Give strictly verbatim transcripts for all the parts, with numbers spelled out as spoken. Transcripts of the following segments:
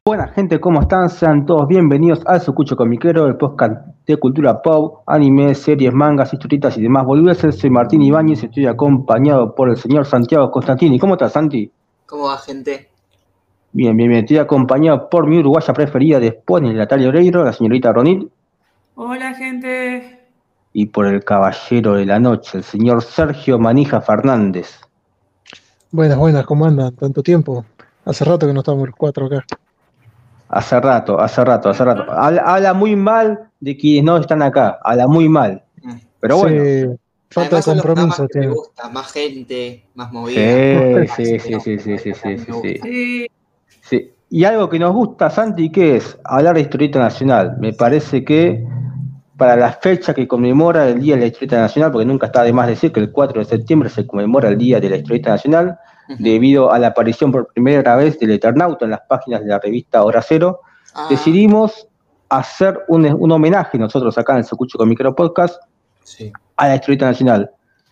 Buena gente, ¿cómo están? Sean todos bienvenidos al Sucucho Comiquero, el podcast de cultura pop, anime, series, mangas, historietas y demás boludeces. Soy Martín Ibáñez y estoy acompañado por el señor Santiago Constantini. ¿Cómo estás, Santi? ¿Cómo va, gente? Bien, bien, bien. Estoy acompañado por mi uruguaya preferida después de Natalia Oreiro, la señorita Ronil. Hola, gente. Y por el caballero de la noche, el señor Sergio Manija Fernández. Buenas, buenas, ¿cómo andan? ¿Tanto tiempo? Hace rato que no estamos los cuatro acá. Hace rato, hace rato, hace rato. Habla, habla muy mal de quienes no están acá, habla muy mal. Pero bueno. Sí, falta de compromiso. Me gusta, más gente, más movida. Sí, sí, sí, sí, sí, sí, sí, sí, sí. Sí. Y algo que nos gusta, Santi, ¿qué es? Hablar de historieta nacional. Me parece que para la fecha que conmemora el Día de la Historieta Nacional, porque nunca está de más decir que el cuatro de septiembre se conmemora el Día de la Historieta Nacional, uh-huh. debido a la aparición por primera vez del Eternauta en las páginas de la revista Hora Cero, ah. decidimos hacer un, un homenaje nosotros acá en el Sucucho Comiquero Podcast sí. a la Historieta Nacional.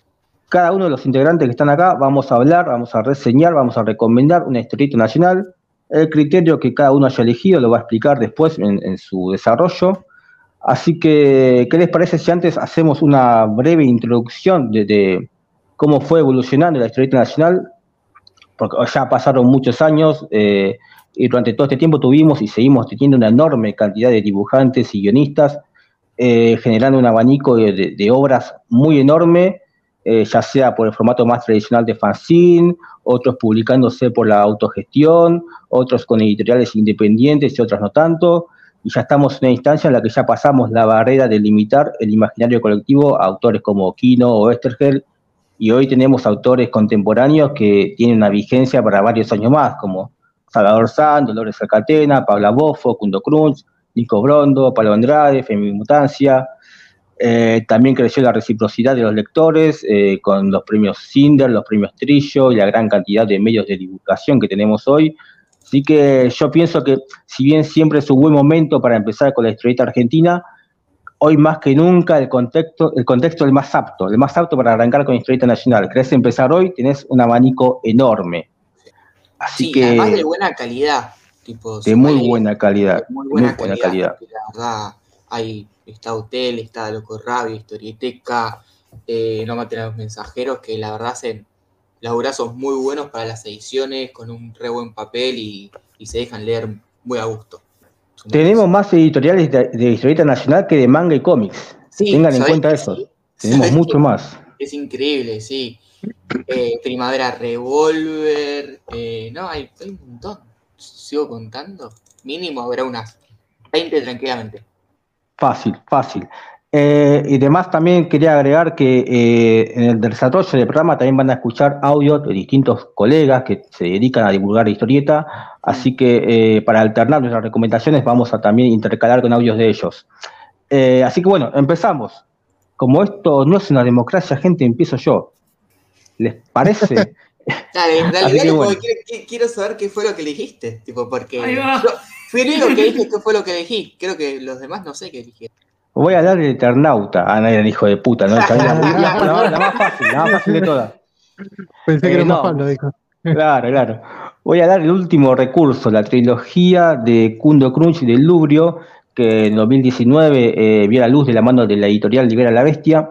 Cada uno de los integrantes que están acá vamos a hablar, vamos a reseñar, vamos a recomendar una historieta nacional. El criterio que cada uno haya elegido lo va a explicar después en, en su desarrollo. Así que, ¿qué les parece si antes hacemos una breve introducción de, de cómo fue evolucionando la historieta nacional? Porque ya pasaron muchos años eh, y durante todo este tiempo tuvimos y seguimos teniendo una enorme cantidad de dibujantes y guionistas, eh, generando un abanico de, de, de obras muy enorme, eh, ya sea por el formato más tradicional de fanzine, otros publicándose por la autogestión, otros con editoriales independientes y otros no tanto. Y ya estamos en una instancia en la que ya pasamos la barrera de limitar el imaginario colectivo a autores como Kino o Estergel, y hoy tenemos autores contemporáneos que tienen una vigencia para varios años más, como Salvador Sanz, Dolores Alcatena, Paula Bofo, Kundo Crunch, Nico Brondo, Pablo Andrade, Femimutancia. Eh, también creció la reciprocidad de los lectores eh, con los premios Cinder, los premios Trillo y la gran cantidad de medios de divulgación que tenemos hoy. Así que yo pienso que, si bien siempre es un buen momento para empezar con la historieta argentina, hoy más que nunca el contexto, el contexto es el más apto, el más apto para arrancar con la historieta nacional. ¿Querés empezar hoy? Tenés un abanico enorme. Así sí, que, además de buena calidad. Tipo, de muy buena calidad. De muy buena, muy buena calidad. calidad. La verdad, hay, está Hotel, está Loco Rabio, Historieteca, eh, No maten a los mensajeros, que la verdad hacen laburazos muy buenos para las ediciones, con un re buen papel y, y se dejan leer muy a gusto. Tenemos más editoriales de, de historieta nacional que de manga y cómics. Sí, tengan en cuenta eso. Sí? Tenemos mucho más. Es increíble, sí. Eh, Primavera Revolver, eh, no, hay, hay un montón. Sigo contando. Mínimo habrá unas veinte tranquilamente. Fácil, fácil. Eh, y además también quería agregar que eh, en el desarrollo del programa también van a escuchar audios de distintos colegas que se dedican a divulgar historieta, así que eh, para alternar nuestras recomendaciones vamos a también intercalar con audios de ellos. Eh, así que bueno, empezamos. Como esto no es una democracia, gente, empiezo yo. ¿Les parece? Dale, dale, dale, bueno. quiero, quiero saber qué fue lo que elegiste, tipo, porque yo fui el único que dije qué fue lo que elegí, creo que los demás no sé qué eligieron. Voy a hablar del Eternauta. Ah, no era el hijo de puta, ¿no? La, la, la, la, la más fácil, la más fácil de todas. Pensé eh, que era no. más Pablo, dijo. Claro, claro. Voy a dar el último recurso, la trilogía de Kundo Crunch y de Lubrio, que en dos mil diecinueve eh, vio la luz de la mano de la editorial Libera la Bestia.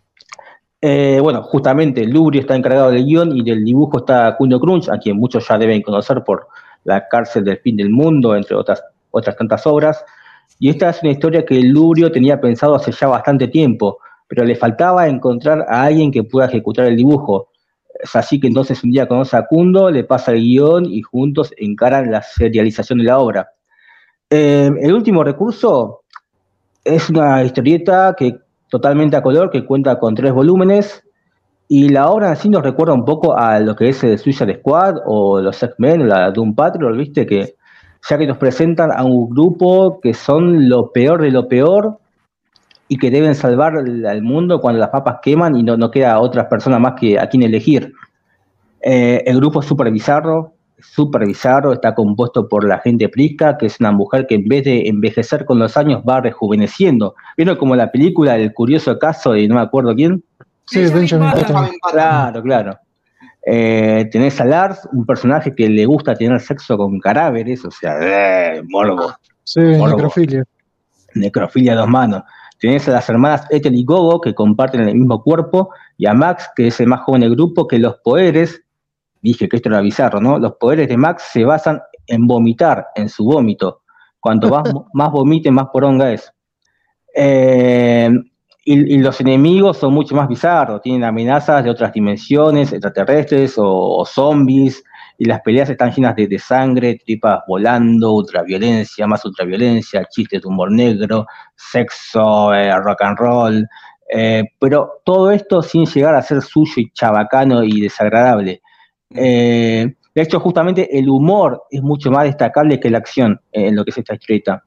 Eh, bueno, justamente Lubrio está encargado del guión y del dibujo está Kundo Crunch, a quien muchos ya deben conocer por La cárcel del fin del mundo, entre otras, otras tantas obras. Y esta es una historia que Lubrio tenía pensado hace ya bastante tiempo, pero le faltaba encontrar a alguien que pueda ejecutar el dibujo. Es así que entonces un día conoce a Kundo, le pasa el guión y juntos encaran la serialización de la obra. Eh, el último recurso es una historieta que totalmente a color, que cuenta con tres volúmenes, y la obra así nos recuerda un poco a lo que es el Suicide Squad o los X-Men o la Doom Patrol, ¿viste? Que ya que nos presentan a un grupo que son lo peor de lo peor y que deben salvar al mundo cuando las papas queman y no, no queda otra persona más que a quien elegir. Eh, el grupo es súper bizarro, súper bizarro, está compuesto por la agente Prisca, que es una mujer que en vez de envejecer con los años va rejuveneciendo. ¿Vieron como la película El curioso caso de no me acuerdo quién? Sí, Benjamin Button. Claro, claro. Eh, tenés a Lars, un personaje que le gusta tener sexo con cadáveres, o sea, eh, morbo. Sí, morbo. necrofilia. Necrofilia a dos manos. Tenés a las hermanas Ethel y Gogo, que comparten el mismo cuerpo, y a Max, que es el más joven del grupo, que los poderes, dije que esto era bizarro, ¿no? Los poderes de Max se basan en vomitar, en su vómito. Cuanto más, más vomite, más poronga es. Eh, y, y los enemigos son mucho más bizarros, tienen amenazas de otras dimensiones, extraterrestres o, o zombies, y las peleas están llenas de, de sangre, tripas volando, ultraviolencia, más ultraviolencia, chistes de humor negro, sexo, eh, rock and roll, eh, pero todo esto sin llegar a ser suyo y chabacano y desagradable. Eh, de hecho, justamente el humor es mucho más destacable que la acción en lo que es esta historieta.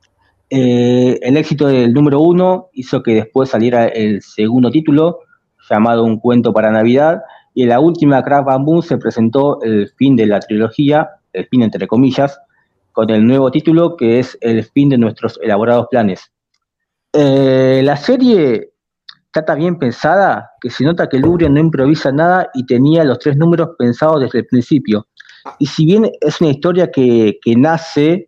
Eh, el éxito del número uno hizo que después saliera el segundo título, llamado Un cuento para Navidad, y en la última Crack Bamboo se presentó el fin de la trilogía, el fin entre comillas, con el nuevo título que es El fin de nuestros elaborados planes. Eh, la serie está tan bien pensada que se nota que Luria no improvisa nada y tenía los tres números pensados desde el principio. Y si bien es una historia que, que nace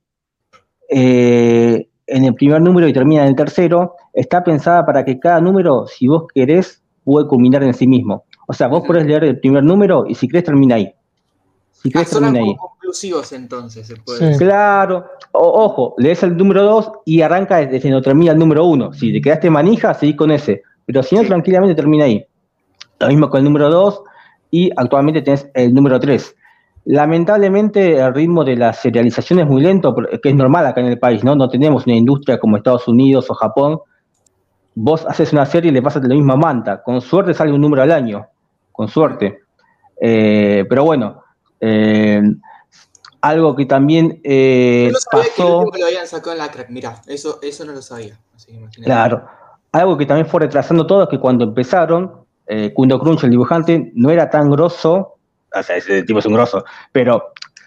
eh, en el primer número y termina en el tercero, está pensada para que cada número, si vos querés, puede culminar en sí mismo. O sea, vos podés leer el primer número y si querés termina ahí. Si querés ah, son termina ahí. conclusivos entonces, se puede Sí. decir. Claro. O, ojo, lees el número dos y arranca desde donde termina el número uno. Si te quedaste manija, seguís con ese. Pero si no, Sí. tranquilamente termina ahí. Lo mismo con el número dos y actualmente tenés el número tres. Lamentablemente el ritmo de la serialización es muy lento, que es normal acá en el país, ¿no? No tenemos una industria como Estados Unidos o Japón. Vos haces una serie y le pasas la misma manta. Con suerte sale un número al año. Con suerte. Eh, pero bueno, eh, algo que también eh, Yo no sabía pasó... que el último lo habían sacado en la Crack, mirá, eso, eso no lo sabía. Así que imagínate. Claro. Algo que también fue retrasando todo es que cuando empezaron, eh, Kundo Crunch, el dibujante, no era tan grosso, o sea, ese tipo es un grosso, pero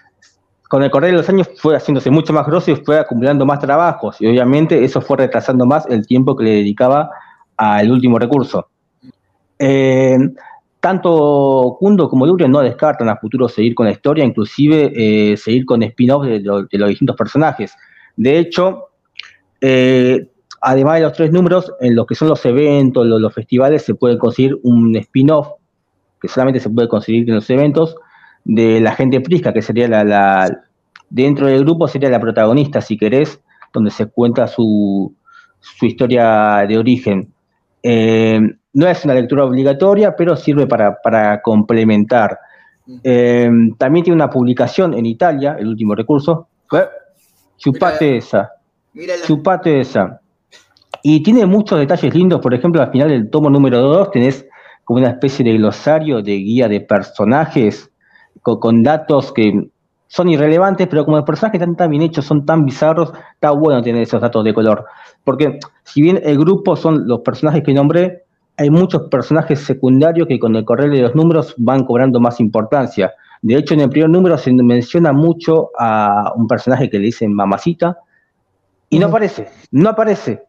con el correr de los años fue haciéndose mucho más grosso y fue acumulando más trabajos, y obviamente eso fue retrasando más el tiempo que le dedicaba al último recurso. Eh, tanto Kundo como Luria no descartan a futuro seguir con la historia, inclusive eh, seguir con spin-off de, lo, de los distintos personajes. De hecho, eh, además de los tres números, en lo que son los eventos, los, los festivales, se puede conseguir un spin-off, que solamente se puede conseguir en los eventos, de la gente Prisca, que sería la, la, dentro del grupo sería la protagonista, si querés, donde se cuenta su, su historia de origen. Eh, no es una lectura obligatoria, pero sirve para, para complementar. Eh, también tiene una publicación en Italia, el último recurso. ¿Eh? Chupate Mira, esa. Mírala. Chupate esa. Y tiene muchos detalles lindos, por ejemplo, al final del tomo número dos tenés como una especie de glosario, de guía de personajes, con, con datos que son irrelevantes, pero como los personajes están tan bien hechos, son tan bizarros, está bueno tener esos datos de color. Porque si bien el grupo son los personajes que nombré, hay muchos personajes secundarios que con el correr de los números van cobrando más importancia. De hecho, en el primer número se menciona mucho a un personaje que le dicen Mamacita, y no aparece, no aparece.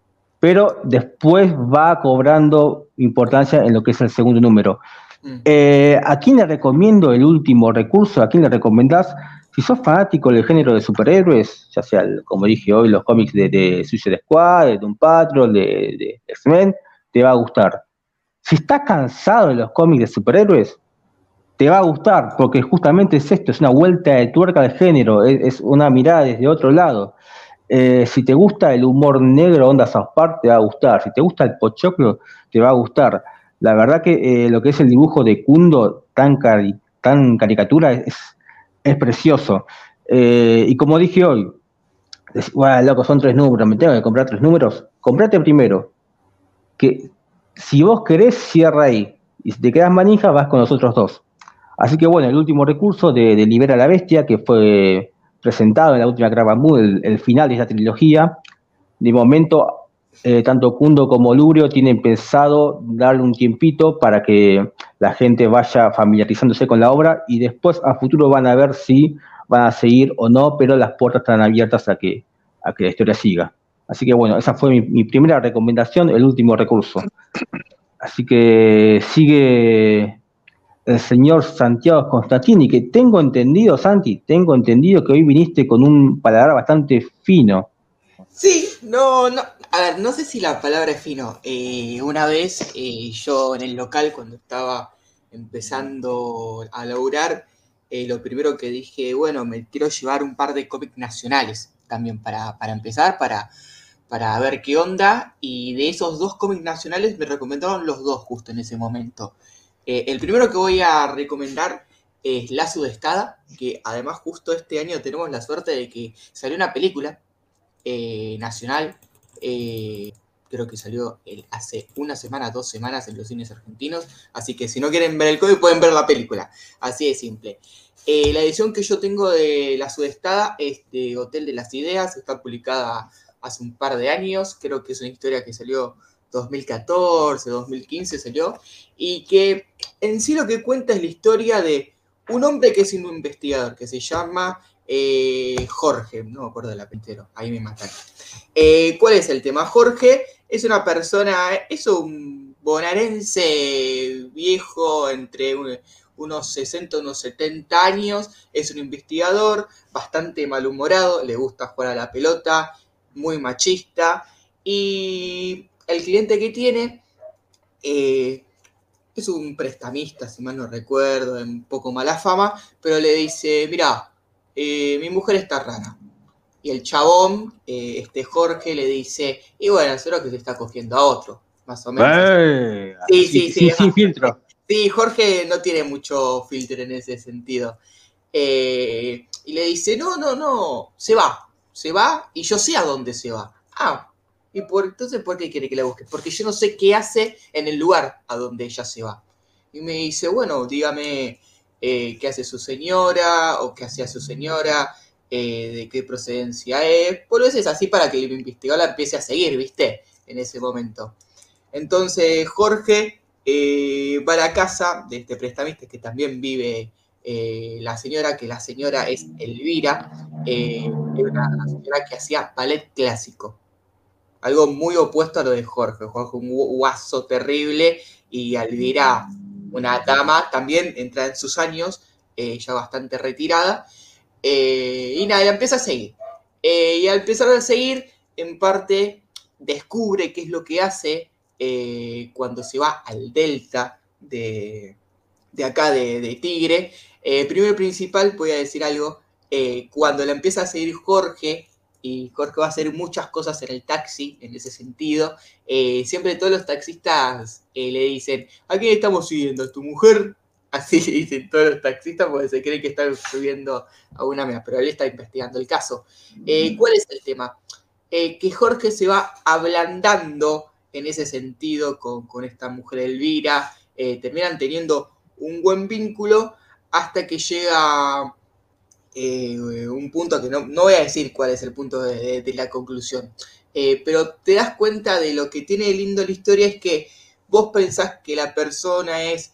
Pero después va cobrando importancia en lo que es el segundo número. Mm. Eh, ¿A quién le recomiendo el último recurso? ¿A quién le recomendás? Si sos fanático del género de superhéroes, ya sea, como dije hoy, los cómics de, de Suicide Squad, de Doom Patrol, de, de X-Men, te va a gustar. Si estás cansado de los cómics de superhéroes, te va a gustar, porque justamente es esto, es una vuelta de tuerca del género, es, es una mirada desde otro lado. Eh, si te gusta el humor negro, onda South Park, te va a gustar. Si te gusta el pochoclo, te va a gustar. La verdad que eh, lo que es el dibujo de Kundo, tan, cari tan caricatura, es, es precioso. Eh, y como dije hoy, es, bueno, loco, son tres números, me tengo que comprar tres números. Comprate primero. Que si vos querés, cierra ahí. Y si te quedas manija, vas con los otros dos. Así que bueno, el último recurso de, de Libera a la Bestia, que fue presentado en la última Crack Bamboo, el, el final de esta trilogía. De momento, eh, tanto Kundo como Lurio tienen pensado darle un tiempito para que la gente vaya familiarizándose con la obra y después a futuro van a ver si van a seguir o no, pero las puertas están abiertas a que, a que la historia siga. Así que bueno, esa fue mi, mi primera recomendación, el último recurso. Así que sigue el señor Santiago Constantini, que tengo entendido, Santi, tengo entendido que hoy viniste con un paladar bastante fino. Sí, no, no, a ver, no sé si la palabra es fino. Eh, una vez eh, yo en el local, cuando estaba empezando a laburar, eh, lo primero que dije, bueno, me quiero llevar un par de cómics nacionales también para, para empezar, para, para ver qué onda. Y de esos dos cómics nacionales me recomendaron los dos justo en ese momento. Eh, el primero que voy a recomendar es La Sudestada, que además justo este año tenemos la suerte de que salió una película eh, nacional, eh, creo que salió el, hace una semana, dos semanas en los cines argentinos, así que si no quieren ver el cómic pueden ver la película, así de simple. Eh, la edición que yo tengo de La Sudestada es de Hotel de las Ideas, está publicada hace un par de años, creo que es una historia que salió dos mil catorce, dos mil quince salió, y que en sí lo que cuenta es la historia de un hombre que es un investigador, que se llama eh, Jorge, no me acuerdo del apellido, ahí me mataron. Eh, ¿Cuál es el tema? Jorge es una persona, es un bonaerense viejo, entre un, unos sesenta, unos setenta años, es un investigador bastante malhumorado, le gusta jugar a la pelota, muy machista, y el cliente que tiene eh, es un prestamista, si mal no recuerdo, un poco mala fama, pero le dice, mirá, eh, mi mujer está rara. Y el chabón, eh, este Jorge, le dice, y bueno, seguro que se está cogiendo a otro, más o menos. Eh, sí, sí, sí, sí, sí. Sin filtro. Sí, Jorge no tiene mucho filtro en ese sentido. Eh, y le dice, no, no, no, se va, se va y yo sé a dónde se va. Ah, y por, entonces, ¿por qué quiere que la busque? Porque yo no sé qué hace en el lugar a donde ella se va. Y me dice, bueno, dígame eh, qué hace su señora o qué hacía su señora, eh, de qué procedencia es. Por eso es así para que el investigador la empiece a seguir, ¿viste? En ese momento. Entonces Jorge eh, va a la casa de este prestamista que también vive eh, la señora, que la señora es Elvira, eh, era una señora que hacía ballet clásico. Algo muy opuesto a lo de Jorge. Jorge un guaso terrible y Elvira una dama, también entra en sus años, eh, ya bastante retirada. Eh, y nada, la empieza a seguir. Eh, y al empezar a seguir, en parte descubre qué es lo que hace eh, cuando se va al delta de, de acá de, de Tigre. Eh, primero y principal, voy a decir algo, eh, cuando la empieza a seguir Jorge, y Jorge va a hacer muchas cosas en el taxi, en ese sentido, eh, siempre todos los taxistas eh, le dicen, ¿a quién estamos siguiendo? ¿A tu mujer? Así dicen todos los taxistas porque se creen que están subiendo a una mía, pero él está investigando el caso. Eh, ¿Cuál es el tema? Eh, que Jorge se va ablandando en ese sentido con, con esta mujer Elvira, eh, terminan teniendo un buen vínculo hasta que llega eh, un punto que no, no voy a decir cuál es el punto de, de, de la conclusión, eh, pero te das cuenta de lo que tiene lindo la historia es que vos pensás que la persona es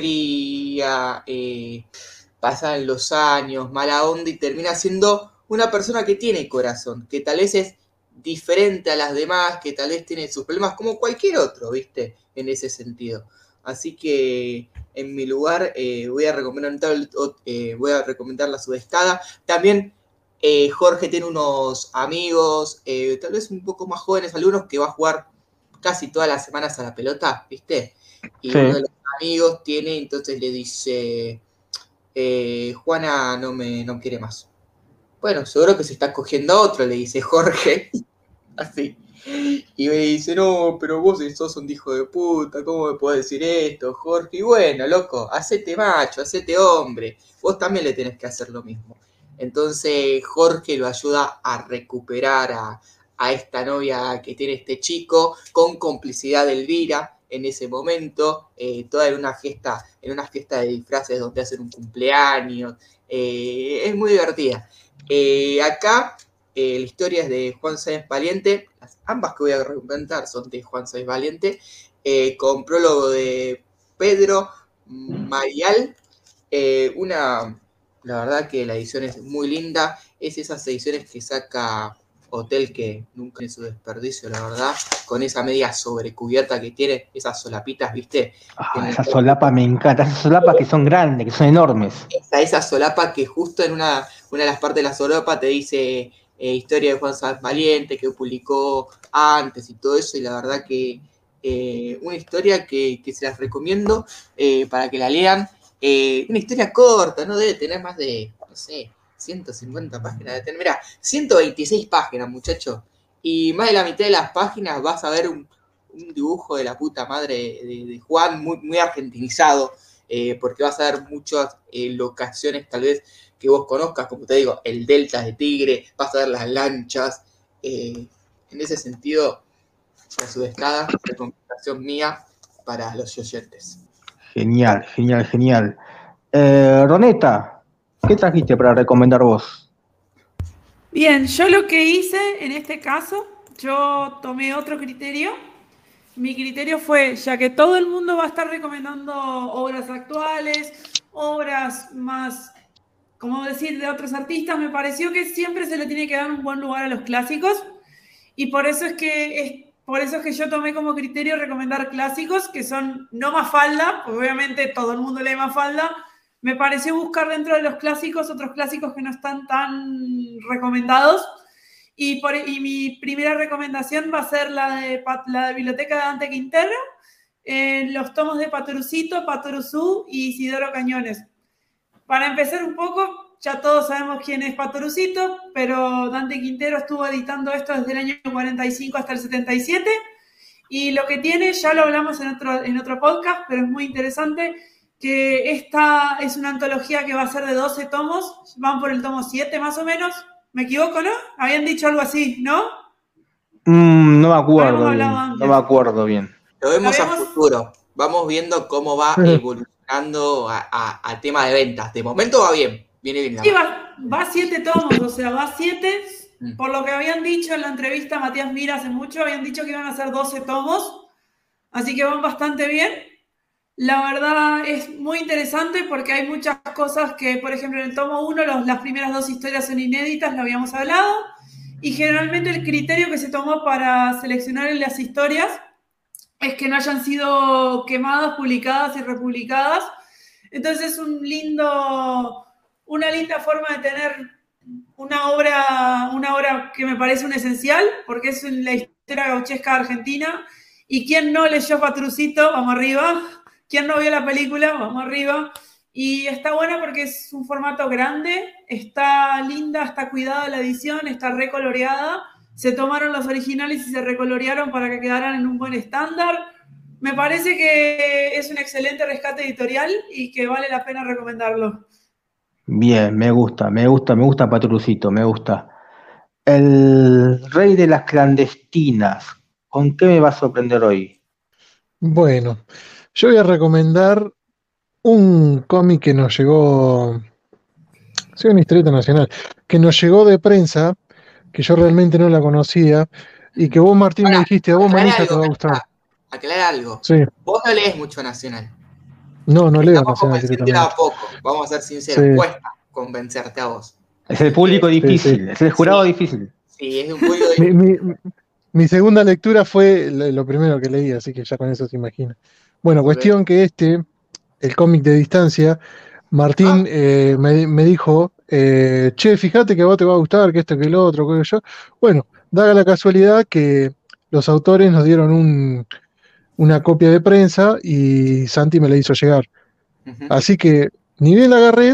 fría, eh, pasan los años, mala onda y termina siendo una persona que tiene corazón, que tal vez es diferente a las demás, que tal vez tiene sus problemas como cualquier otro, ¿viste? En ese sentido. Así que en mi lugar eh, voy, a recomendar, eh, voy a recomendar La Sudestada. También eh, Jorge tiene unos amigos, eh, tal vez un poco más jóvenes, algunos que va a jugar casi todas las semanas a la pelota, ¿viste? Y sí. Uno de los amigos tiene, entonces le dice, eh, Juana no me no quiere más. Bueno, seguro que se está cogiendo a otro, le dice Jorge. Así. Y me dice, no, pero vos sos un hijo de puta, ¿cómo me podés decir esto, Jorge? Y bueno, loco, hacete macho, hacete hombre, vos también le tenés que hacer lo mismo. Entonces Jorge lo ayuda a recuperar a, a esta novia que tiene este chico, con complicidad de Elvira en ese momento, eh, toda en una fiesta, en una fiesta de disfraces donde hacen un cumpleaños, eh, es muy divertida. Eh, acá eh, la historia es de Juan Sáenz Valiente, las ambas que voy a recomendar son de Juan Sáenz Valiente, eh, con prólogo de Pedro Marial, eh, una, la verdad que la edición es muy linda, es esas ediciones que saca hotel que nunca tiene su desperdicio, la verdad, con esa media sobrecubierta que tiene, esas solapitas, ¿viste? Ah, esas solapas me encantan, esas solapas que son grandes, que son enormes. Esa, esa solapa que justo en una, una de las partes de la solapa te dice eh, historia de Juan Sáenz Valiente, que publicó antes y todo eso, y la verdad que eh, una historia que, que se las recomiendo eh, para que la lean. Eh, una historia corta, no debe tener más de, no sé, ciento cincuenta páginas. De tener, mirá, ciento veintiséis páginas, muchacho. Y más de la mitad de las páginas vas a ver un, un dibujo de la puta madre de, de Juan, muy, muy argentinizado, eh, porque vas a ver muchas eh, locaciones tal vez que vos conozcas, como te digo, el delta de Tigre, vas a ver las lanchas. Eh, en ese sentido, la Sudestada, recomendación mía para los oyentes. Genial, genial, genial. Eh, Roneta, ¿qué trajiste para recomendar vos? Bien, yo lo que hice en este caso, yo tomé otro criterio. Mi criterio fue, ya que todo el mundo va a estar recomendando obras actuales, obras más, como decir, de otros artistas, me pareció que siempre se le tiene que dar un buen lugar a los clásicos. Y por eso es que... Es, Por eso es que yo tomé como criterio recomendar clásicos que son no Mafalda, porque obviamente todo el mundo lee Mafalda. Me pareció buscar dentro de los clásicos otros clásicos que no están tan recomendados. Y, por, y mi primera recomendación va a ser la de la de Biblioteca de Dante Quintero, eh, los tomos de Patoruzito, Patoruzú y Isidoro Cañones. Para empezar un poco... Ya todos sabemos quién es Patoruzito, pero Dante Quintero estuvo editando esto desde el año cuarenta y cinco hasta el setenta y siete. Y lo que tiene, ya lo hablamos en otro, en otro podcast, pero es muy interesante, que esta es una antología que va a ser de doce tomos. Van por el tomo siete más o menos. ¿Me equivoco, no? Habían dicho algo así, ¿no? Mm, no me acuerdo bien. No me acuerdo bien. Lo vemos a futuro. Vamos viendo cómo va evolucionando a, a, a tema de ventas. De momento va bien. Viene bien. Sí, va, va siete tomos, o sea, va siete. Mm. Por lo que habían dicho en la entrevista a Matías Mira hace mucho, habían dicho que iban a ser doce tomos. Así que van bastante bien. La verdad es muy interesante porque hay muchas cosas que, por ejemplo, en el tomo uno, los, las primeras dos historias son inéditas, lo habíamos hablado. Y generalmente el criterio que se tomó para seleccionar las historias es que no hayan sido quemadas, publicadas y republicadas. Entonces es un lindo... una linda forma de tener una obra, una obra que me parece un esencial, porque es la historia gauchesca argentina. Y quien no leyó Patoruzito, vamos arriba. Quien no vio la película, vamos arriba. Y está buena porque es un formato grande, está linda, está cuidada la edición, está recoloreada. Se tomaron los originales y se recolorearon para que quedaran en un buen estándar. Me parece que es un excelente rescate editorial y que vale la pena recomendarlo. Bien, me gusta, me gusta, me gusta Patoruzito, me gusta. El rey de las clandestinas, ¿con qué me va a sorprender hoy? Bueno, yo voy a recomendar un cómic que nos llegó, sí, una historieta nacional, que nos llegó de prensa, que yo realmente no la conocía, y que vos, Martín, Ahora, me dijiste, a vos, Marisa, te va a gustar. Aclarar algo. Sí. Vos no lees mucho Nacional. No, no leo Estamos Nacional directamente. A poco, vamos a ser sinceros, sí. Cuesta convencerte a vos. Es el público difícil, sí, sí. Es el jurado sí. difícil. Sí, es un público difícil. mi, mi, mi segunda lectura fue lo primero que leí, así que ya con eso se imagina. Bueno, cuestión que este, el cómic de distancia, Martín ah. eh, me, me dijo, eh, che, fíjate que a vos te va a gustar, que esto, que lo otro, que yo. Bueno, da la casualidad que los autores nos dieron un, una copia de prensa y Santi me la hizo llegar. Uh-huh. Así que, ni bien la agarré,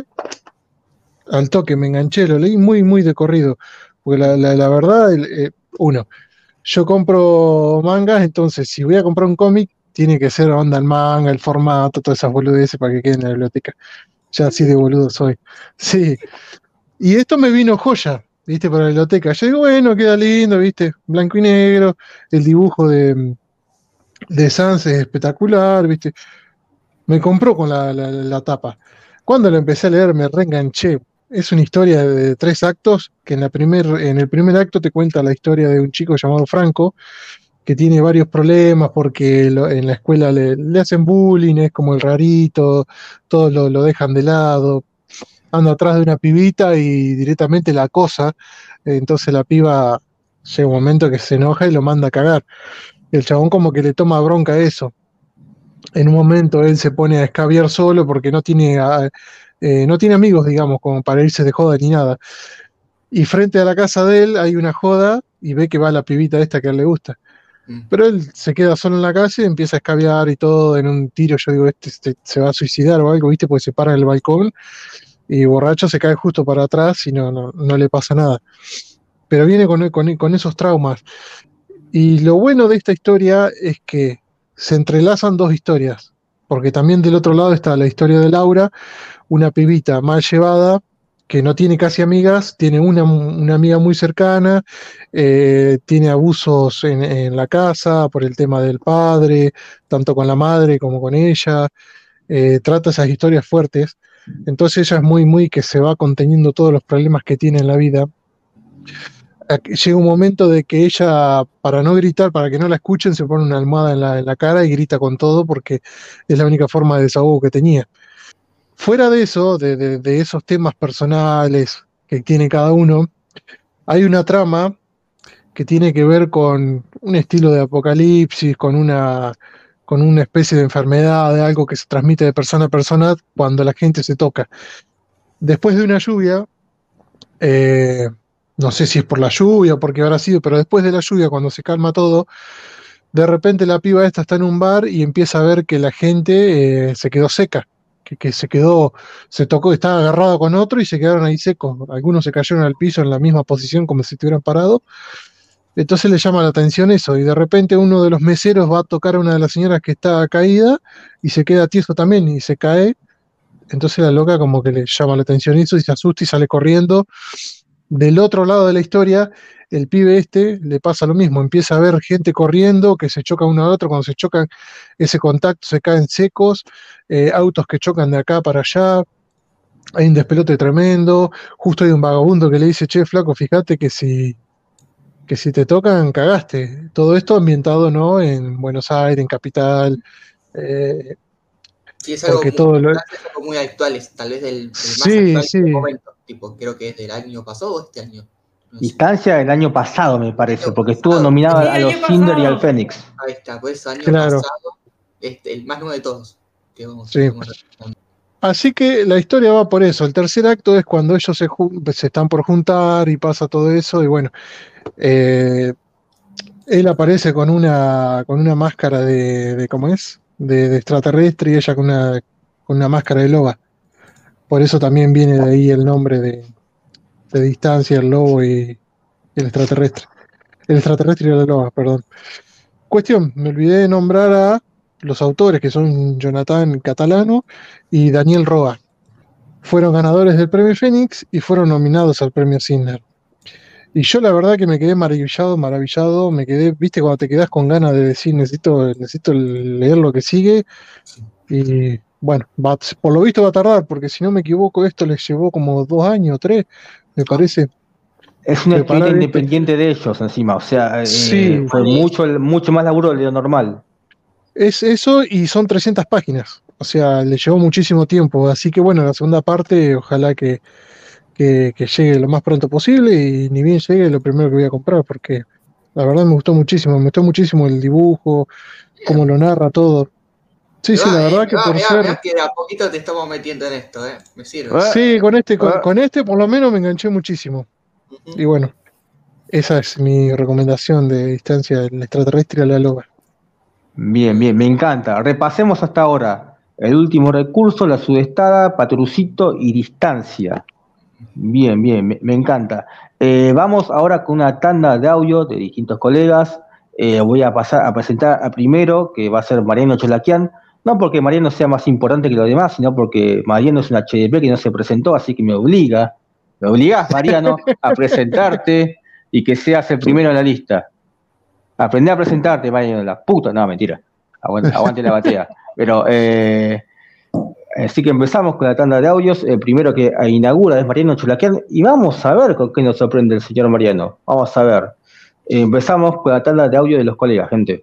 al toque me enganché, lo leí muy, muy de corrido. Porque la, la, la verdad, el, eh, uno, yo compro mangas, entonces si voy a comprar un cómic, tiene que ser onda el manga, el formato, todas esas boludeces para que queden en la biblioteca. Ya así de boludo soy. Sí. Y esto me vino joya, viste, para la biblioteca. Yo digo, bueno, queda lindo, viste, blanco y negro, el dibujo de, de Sans es espectacular, viste. Me compró con la, la, la tapa. Cuando lo empecé a leer me reenganché. Es una historia de tres actos, que en, la primer, en el primer acto te cuenta la historia de un chico llamado Franco, que tiene varios problemas porque lo, en la escuela le, le hacen bullying, es como el rarito, todos lo, lo dejan de lado, anda atrás de una pibita y directamente la acosa, entonces la piba llega un momento que se enoja y lo manda a cagar. El chabón como que le toma bronca a eso. En un momento él se pone a escabiar solo porque no tiene, a, eh, no tiene amigos, digamos, como para irse de joda ni nada. Y frente a la casa de él hay una joda y ve que va la pibita esta que a él le gusta. Mm. Pero él se queda solo en la casa y empieza a escabiar y todo. En un tiro yo digo, este, este se va a suicidar o algo, ¿viste? Porque se para en el balcón y borracho se cae justo para atrás y no, no, no le pasa nada. Pero viene con, con, con esos traumas. Y lo bueno de esta historia es que se entrelazan dos historias, porque también del otro lado está la historia de Laura, una pibita mal llevada, que no tiene casi amigas, tiene una, una amiga muy cercana, eh, tiene abusos en, en la casa por el tema del padre, tanto con la madre como con ella, eh, trata esas historias fuertes, entonces ella es muy, muy que se va conteniendo todos los problemas que tiene en la vida. Llega un momento de que ella, para no gritar, para que no la escuchen, se pone una almohada en la, en la cara y grita con todo porque es la única forma de desahogo que tenía. Fuera de eso, de, de, de esos temas personales que tiene cada uno, hay una trama que tiene que ver con un estilo de apocalipsis, con una, con una especie de enfermedad, de algo que se transmite de persona a persona cuando la gente se toca. Después de una lluvia, eh, no sé si es por la lluvia o porque habrá sido, pero después de la lluvia, cuando se calma todo, de repente la piba esta está en un bar y empieza a ver que la gente eh, se quedó seca, que, que se quedó, se tocó, estaba agarrado con otro y se quedaron ahí secos. Algunos se cayeron al piso en la misma posición como si estuvieran parados. Entonces le llama la atención eso, y de repente uno de los meseros va a tocar a una de las señoras que está caída y se queda tieso también y se cae. Entonces la loca como que le llama la atención eso y se asusta y sale corriendo. Del otro lado de la historia, el pibe este le pasa lo mismo, empieza a ver gente corriendo, que se choca uno al otro, cuando se chocan ese contacto se caen secos, eh, autos que chocan de acá para allá, hay un despelote tremendo, justo hay un vagabundo que le dice, che, flaco, fíjate que si, que si te tocan, cagaste. Todo esto ambientado, ¿no?, en Buenos Aires, en Capital. Eh, sí, es algo, muy, todo lo... es algo muy actual, es tal vez del, del sí, más actual sí. de momento. Tipo, creo que es del año pasado o este año. No Distancia del año pasado, me parece, porque estuvo nominado sí, a los Cinder y al Fénix. Ahí está, pues año claro. pasado, este, el más nuevo de todos. Que vamos, sí. vamos Así que la historia va por eso. El tercer acto es cuando ellos se, se están por juntar y pasa todo eso. Y bueno, eh, él aparece con una, con una máscara de, de ¿cómo es? De, de extraterrestre y ella con una, con una máscara de loba. Por eso también viene de ahí el nombre de, de Distancia, el lobo y el extraterrestre. El extraterrestre y la loba, perdón. Cuestión, me olvidé de nombrar a los autores, que son Jonathan Catalano y Daniel Roa. Fueron ganadores del premio Fénix y fueron nominados al premio Cinner. Y yo la verdad que me quedé maravillado, maravillado, me quedé, viste, cuando te quedás con ganas de decir, necesito, necesito leer lo que sigue, y bueno, va, por lo visto va a tardar, porque si no me equivoco, esto les llevó como dos años, tres, me parece. Es una escrita independiente este. de ellos encima, o sea, sí, eh, fue mucho, mucho más laburo de lo normal. Es eso, y son trescientas páginas, o sea, le llevó muchísimo tiempo, así que bueno, la segunda parte, ojalá que, que, que llegue lo más pronto posible, y ni bien llegue, lo primero que voy a comprar, porque la verdad me gustó muchísimo, me gustó muchísimo el dibujo, cómo lo narra todo. Sí, me sí, va, la verdad eh, que va, por me ser... va, me que de a poquito te estamos metiendo en esto, eh, me sirve. Sí, con este, con, con este por lo menos me enganché muchísimo, uh-huh. Y bueno, esa es mi recomendación de Distancia del extraterrestre a la loba. Bien, bien, me encanta. Repasemos hasta ahora. El último recurso, La Sudestada, Patrucito y Distancia. Bien, bien, me, me encanta. Eh, vamos ahora con una tanda de audio de distintos colegas. Eh, voy a pasar a presentar a primero, que va a ser Mariano Cholaquian. No porque Mariano sea más importante que los demás, sino porque Mariano es un H D P que no se presentó, así que me obliga, me obligás, Mariano, a presentarte y que seas el primero en la lista. Aprendí a presentarte, Mariano, la puta. No, mentira. Aguante, aguante la batea. Pero, eh, así que empezamos con la tanda de audios. El primero que inaugura es Mariano Cholaquian. Y vamos a ver con qué nos sorprende el señor Mariano. Vamos a ver. Eh, empezamos con la tanda de audio de los colegas, gente.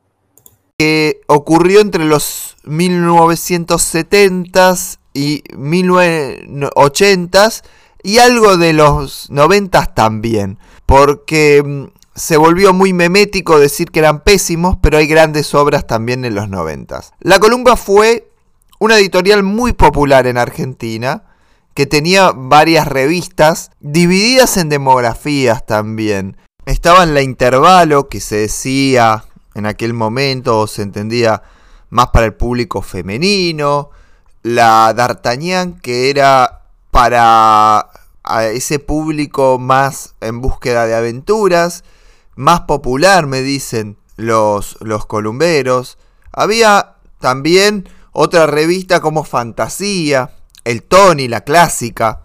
Que ocurrió entre los mil novecientos setentas y mil novecientos ochentas y algo de los noventas también. Porque se volvió muy memético decir que eran pésimos, pero hay grandes obras también en los noventas. La Columba fue una editorial muy popular en Argentina, que tenía varias revistas, divididas en demografías también. Estaba en la Intervalo, que se decía en aquel momento, o se entendía más para el público femenino. La D'Artagnan, que era para ese público más en búsqueda de aventuras. Más popular, me dicen los, los columberos. Había también otra revista como Fantasía, el Tony, la clásica.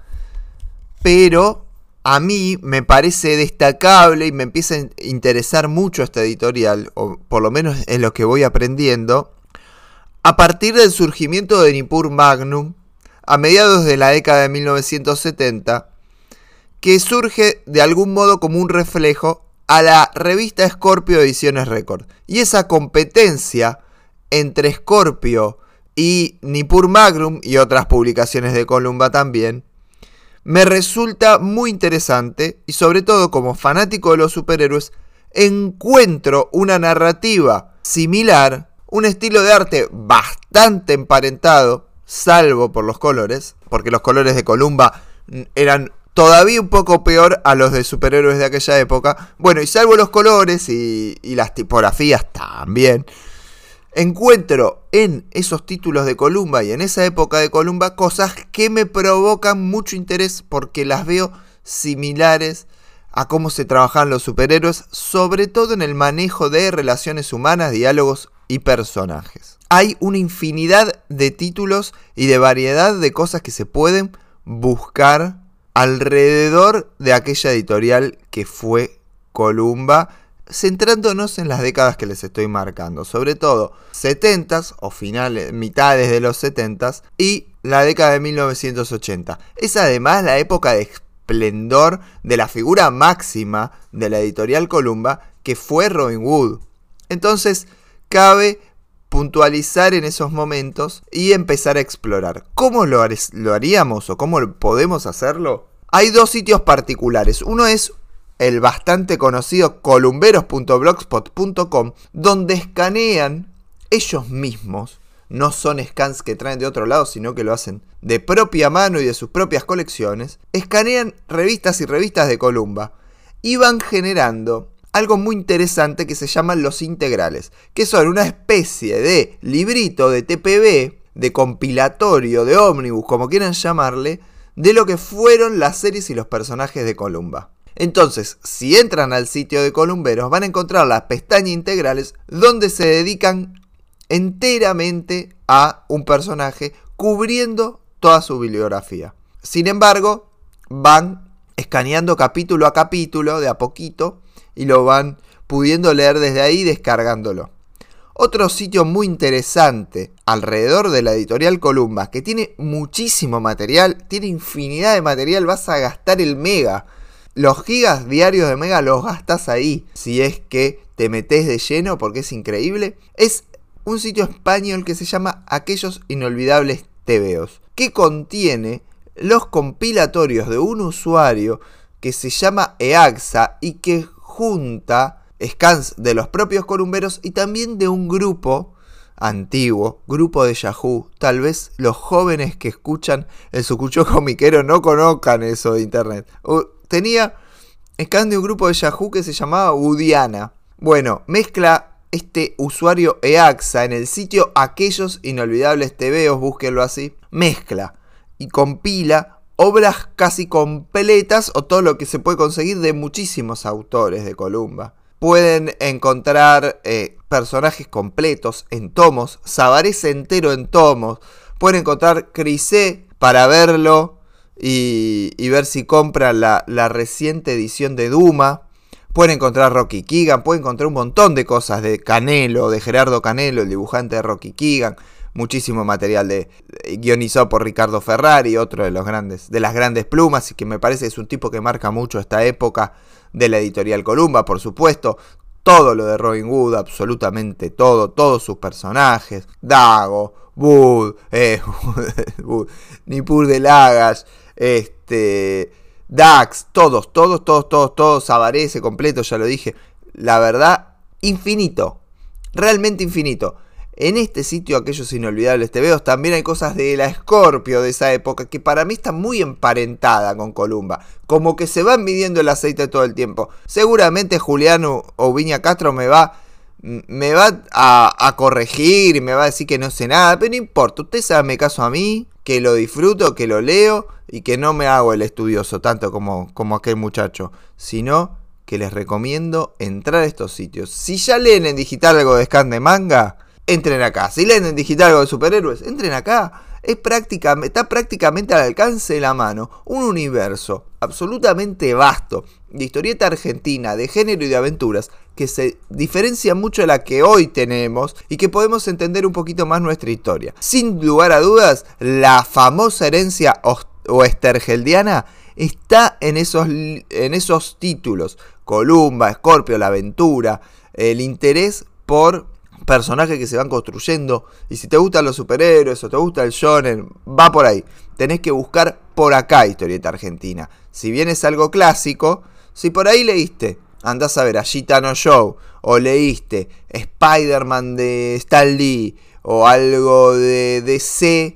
Pero a mí me parece destacable y me empieza a interesar mucho esta editorial, o por lo menos es lo que voy aprendiendo, a partir del surgimiento de Nippur Magnum, a mediados de la década de mil novecientos setenta, que surge de algún modo como un reflejo a la revista Scorpio Ediciones Record. Y esa competencia entre Scorpio y Nippur Magnum y otras publicaciones de Columba también, me resulta muy interesante y sobre todo como fanático de los superhéroes encuentro una narrativa similar, un estilo de arte bastante emparentado, salvo por los colores, porque los colores de Columba eran todavía un poco peor a los de superhéroes de aquella época. Bueno, y salvo los colores y, y las tipografías también, encuentro en esos títulos de Columba y en esa época de Columba cosas que me provocan mucho interés porque las veo similares a cómo se trabajan los superhéroes, sobre todo en el manejo de relaciones humanas, diálogos y personajes. Hay una infinidad de títulos y de variedad de cosas que se pueden buscar alrededor de aquella editorial que fue Columba, centrándonos en las décadas que les estoy marcando, sobre todo setentas o finales, mitades de los setentas y la década de mil novecientos ochenta. Es además la época de esplendor de la figura máxima de la editorial Columba, que fue Robin Hood. Entonces cabe puntualizar en esos momentos y empezar a explorar. ¿Cómo lo, lo haríamos o cómo podemos hacerlo? Hay dos sitios particulares. Uno es el bastante conocido columberos punto blogspot punto com, donde escanean ellos mismos. No son scans que traen de otro lado, sino que lo hacen de propia mano y de sus propias colecciones. Escanean revistas y revistas de Columba y van generando algo muy interesante que se llaman los integrales, que son una especie de librito de T P B, de compilatorio, de ómnibus, como quieran llamarle, de lo que fueron las series y los personajes de Columba. Entonces, si entran al sitio de Columberos, van a encontrar la pestaña integrales, donde se dedican enteramente a un personaje, cubriendo toda su bibliografía. Sin embargo, van escaneando capítulo a capítulo, de a poquito, y lo van pudiendo leer desde ahí, descargándolo. Otro sitio muy interesante alrededor de la editorial Columba, que tiene muchísimo material, tiene infinidad de material, vas a gastar el mega. Los gigas diarios de mega los gastas ahí, si es que te metes de lleno, porque es increíble. Es un sitio español que se llama Aquellos Inolvidables Tebeos, que contiene los compilatorios de un usuario que se llama Eaxa y que junta scans de los propios columberos y también de un grupo antiguo, grupo de Yahoo. Tal vez los jóvenes que escuchan el Sucucho Comiquero no conozcan eso de internet. Tenía scans de un grupo de Yahoo que se llamaba Udiana. Bueno, mezcla este usuario Eaxa en el sitio Aquellos Inolvidables Tebeos, búsquenlo así, mezcla y compila obras casi completas o todo lo que se puede conseguir de muchísimos autores de Columba. Pueden encontrar eh, personajes completos en tomos, Sabarés entero en tomos. Pueden encontrar Crisé para verlo y, y ver si compran la, la reciente edición de Duma. Pueden encontrar Rocky Keegan, pueden encontrar un montón de cosas de Canelo, de Gerardo Canelo, el dibujante de Rocky Keegan. Muchísimo material de, de guionizado por Ricardo Ferrari, otro de los grandes, de las grandes plumas, y que me parece es un tipo que marca mucho esta época de la editorial Columba, por supuesto. Todo lo de Robin Hood, absolutamente todo, todos sus personajes, Dago, Wood, eh, Wood, Nippur de Lagash, este, Dax, todos, todos, todos, todos, todos, Sabarese completo, ya lo dije. La verdad, infinito, realmente infinito. En este sitio, Aquellos Inolvidables T V, también hay cosas de la Scorpio de esa época que para mí está muy emparentada con Columba. Como que se van midiendo el aceite todo el tiempo. Seguramente Juliano o Viña Castro me va, me va a, a corregir y me va a decir que no sé nada. Pero no importa, usted sabe, me caso a mí, que lo disfruto, que lo leo y que no me hago el estudioso tanto como, como aquel muchacho. Sino que les recomiendo entrar a estos sitios. Si ya leen en digital algo de Scan de manga, entren acá. Si leen en digital algo de superhéroes, entren acá. Es prácticamente, está prácticamente al alcance de la mano un universo absolutamente vasto de historieta argentina, de género y de aventuras, que se diferencia mucho de la que hoy tenemos y que podemos entender un poquito más nuestra historia. Sin lugar a dudas, la famosa herencia oestergeldiana está en esos, en esos títulos. Columba, Scorpio, la aventura, el interés por personajes que se van construyendo. Y si te gustan los superhéroes o te gusta el shonen, va por ahí. Tenés que buscar por acá historieta argentina. Si bien es algo clásico, si por ahí leíste, andás a ver a Gitano Joe, o leíste Spider-Man de Stan Lee, o algo de D C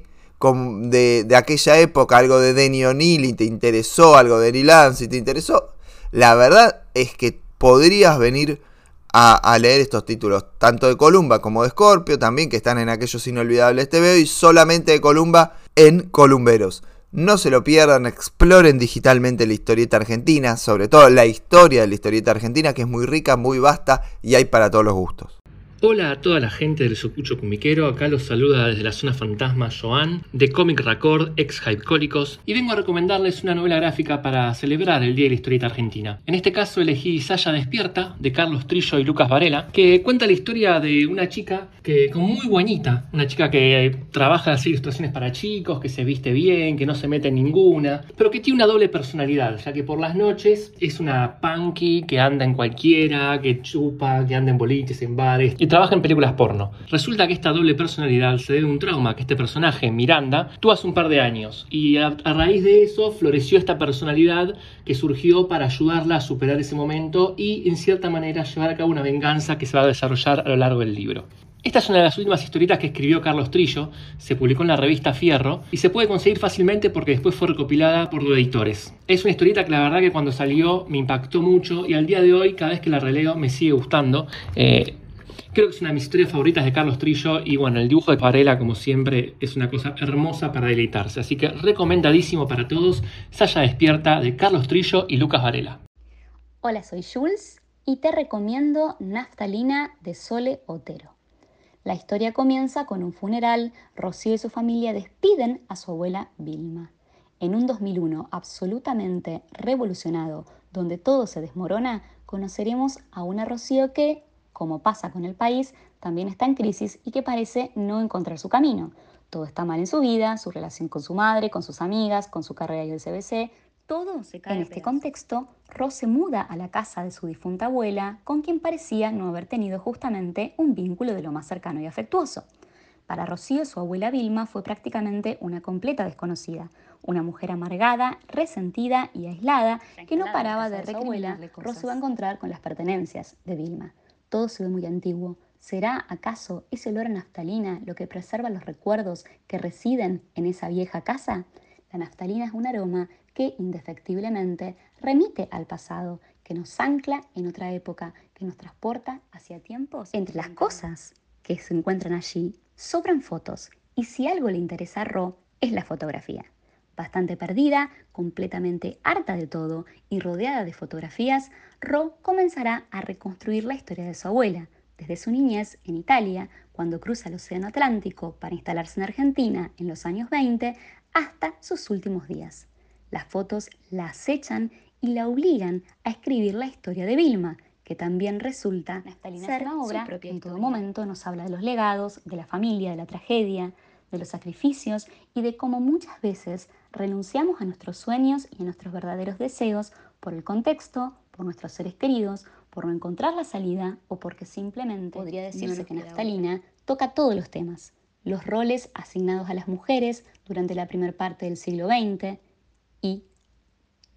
de, de aquella época, algo de Denny O'Neil y te interesó, algo de Neil Adams y te interesó, la verdad es que podrías venir a, a leer estos títulos, tanto de Columba como de Scorpio, también que están en Aquellos Inolvidables T V, y solamente de Columba en Columberos. No se lo pierdan, exploren digitalmente la historieta argentina, sobre todo la historia de la historieta argentina, que es muy rica, muy vasta y hay para todos los gustos. Hola a toda la gente del Sucucho Comiquero, acá los saluda desde la zona fantasma Joan, de Comic Record, ex Hypecólicos, y vengo a recomendarles una novela gráfica para celebrar el Día de la Historieta Argentina. En este caso elegí Saya Despierta, de Carlos Trillo y Lucas Varela, que cuenta la historia de una chica que, como muy buenita, una chica que trabaja así ilustraciones para chicos, que se viste bien, que no se mete en ninguna, pero que tiene una doble personalidad, ya que por las noches es una punky que anda en cualquiera, que chupa, que anda en boliches, en bares, y trabaja en películas porno. Resulta que esta doble personalidad se debe a un trauma que este personaje, Miranda, tuvo hace un par de años, y a, a raíz de eso floreció esta personalidad que surgió para ayudarla a superar ese momento y en cierta manera llevar a cabo una venganza que se va a desarrollar a lo largo del libro. Esta es una de las últimas historietas que escribió Carlos Trillo, se publicó en la revista Fierro y se puede conseguir fácilmente porque después fue recopilada por dos editores. Es una historieta que la verdad que cuando salió me impactó mucho y al día de hoy cada vez que la releo me sigue gustando. Eh, Creo que es una de mis historias favoritas de Carlos Trillo y bueno, el dibujo de Varela, como siempre, es una cosa hermosa para deleitarse. Así que recomendadísimo para todos, Saya Despierta de Carlos Trillo y Lucas Varela. Hola, soy Jules y te recomiendo Naftalina de Sole Otero. La historia comienza con un funeral. Rocío y su familia despiden a su abuela Vilma. En un dos mil uno absolutamente revolucionado, donde todo se desmorona, conoceremos a una Rocío que, como pasa con el país, también está en crisis y que parece no encontrar su camino. Todo está mal en su vida, su relación con su madre, con sus amigas, con su carrera en el C B C. Todo se cae. En este contexto, Ro se muda a la casa de su difunta abuela, con quien parecía no haber tenido justamente un vínculo de lo más cercano y afectuoso. Para Rocío, su abuela Vilma fue prácticamente una completa desconocida, una mujer amargada, resentida y aislada, que no paraba de recriminarle. Ro se va a encontrar con las pertenencias de Vilma. Todo se ve muy antiguo. ¿Será acaso ese olor a naftalina lo que preserva los recuerdos que residen en esa vieja casa? La naftalina es un aroma que indefectiblemente remite al pasado, que nos ancla en otra época, que nos transporta hacia tiempos. Entre las cosas que se encuentran allí, sobran fotos, y si algo le interesa a Ro, es la fotografía. Bastante perdida, completamente harta de todo y rodeada de fotografías, Ro comenzará a reconstruir la historia de su abuela, desde su niñez en Italia, cuando cruza el Océano Atlántico para instalarse en Argentina en los años veinte, hasta sus últimos días. Las fotos la acechan y la obligan a escribir la historia de Vilma, que también resulta ser una obra que en todo momento nos habla de los legados, de la familia, de la tragedia, de los sacrificios y de cómo muchas veces renunciamos a nuestros sueños y a nuestros verdaderos deseos por el contexto, por nuestros seres queridos, por no encontrar la salida o porque simplemente podría decirse que Naftalina toca todos los temas, los roles asignados a las mujeres durante la primera parte del siglo veinte y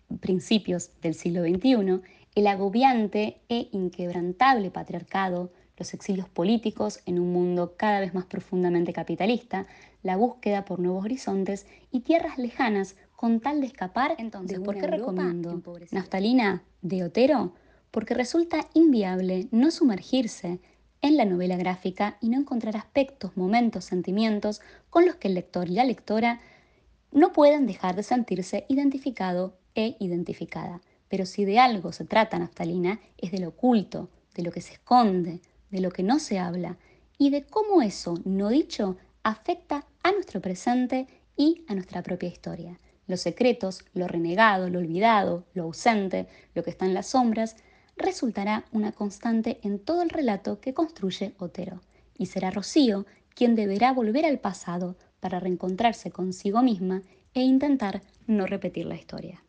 principios del siglo veintiuno, el agobiante e inquebrantable patriarcado, los exilios políticos en un mundo cada vez más profundamente capitalista, la búsqueda por nuevos horizontes y tierras lejanas con tal de escapar. Entonces, ¿por qué recomiendo Naftalina de Otero? Porque resulta inviable no sumergirse en la novela gráfica y no encontrar aspectos, momentos, sentimientos con los que el lector y la lectora no pueden dejar de sentirse identificado e identificada. Pero si de algo se trata Naftalina, es de lo oculto, de lo que se esconde, de lo que no se habla y de cómo eso no dicho afecta a nuestro presente y a nuestra propia historia. Los secretos, lo renegado, lo olvidado, lo ausente, lo que está en las sombras, resultará una constante en todo el relato que construye Otero. Y será Rocío quien deberá volver al pasado para reencontrarse consigo misma e intentar no repetir la historia.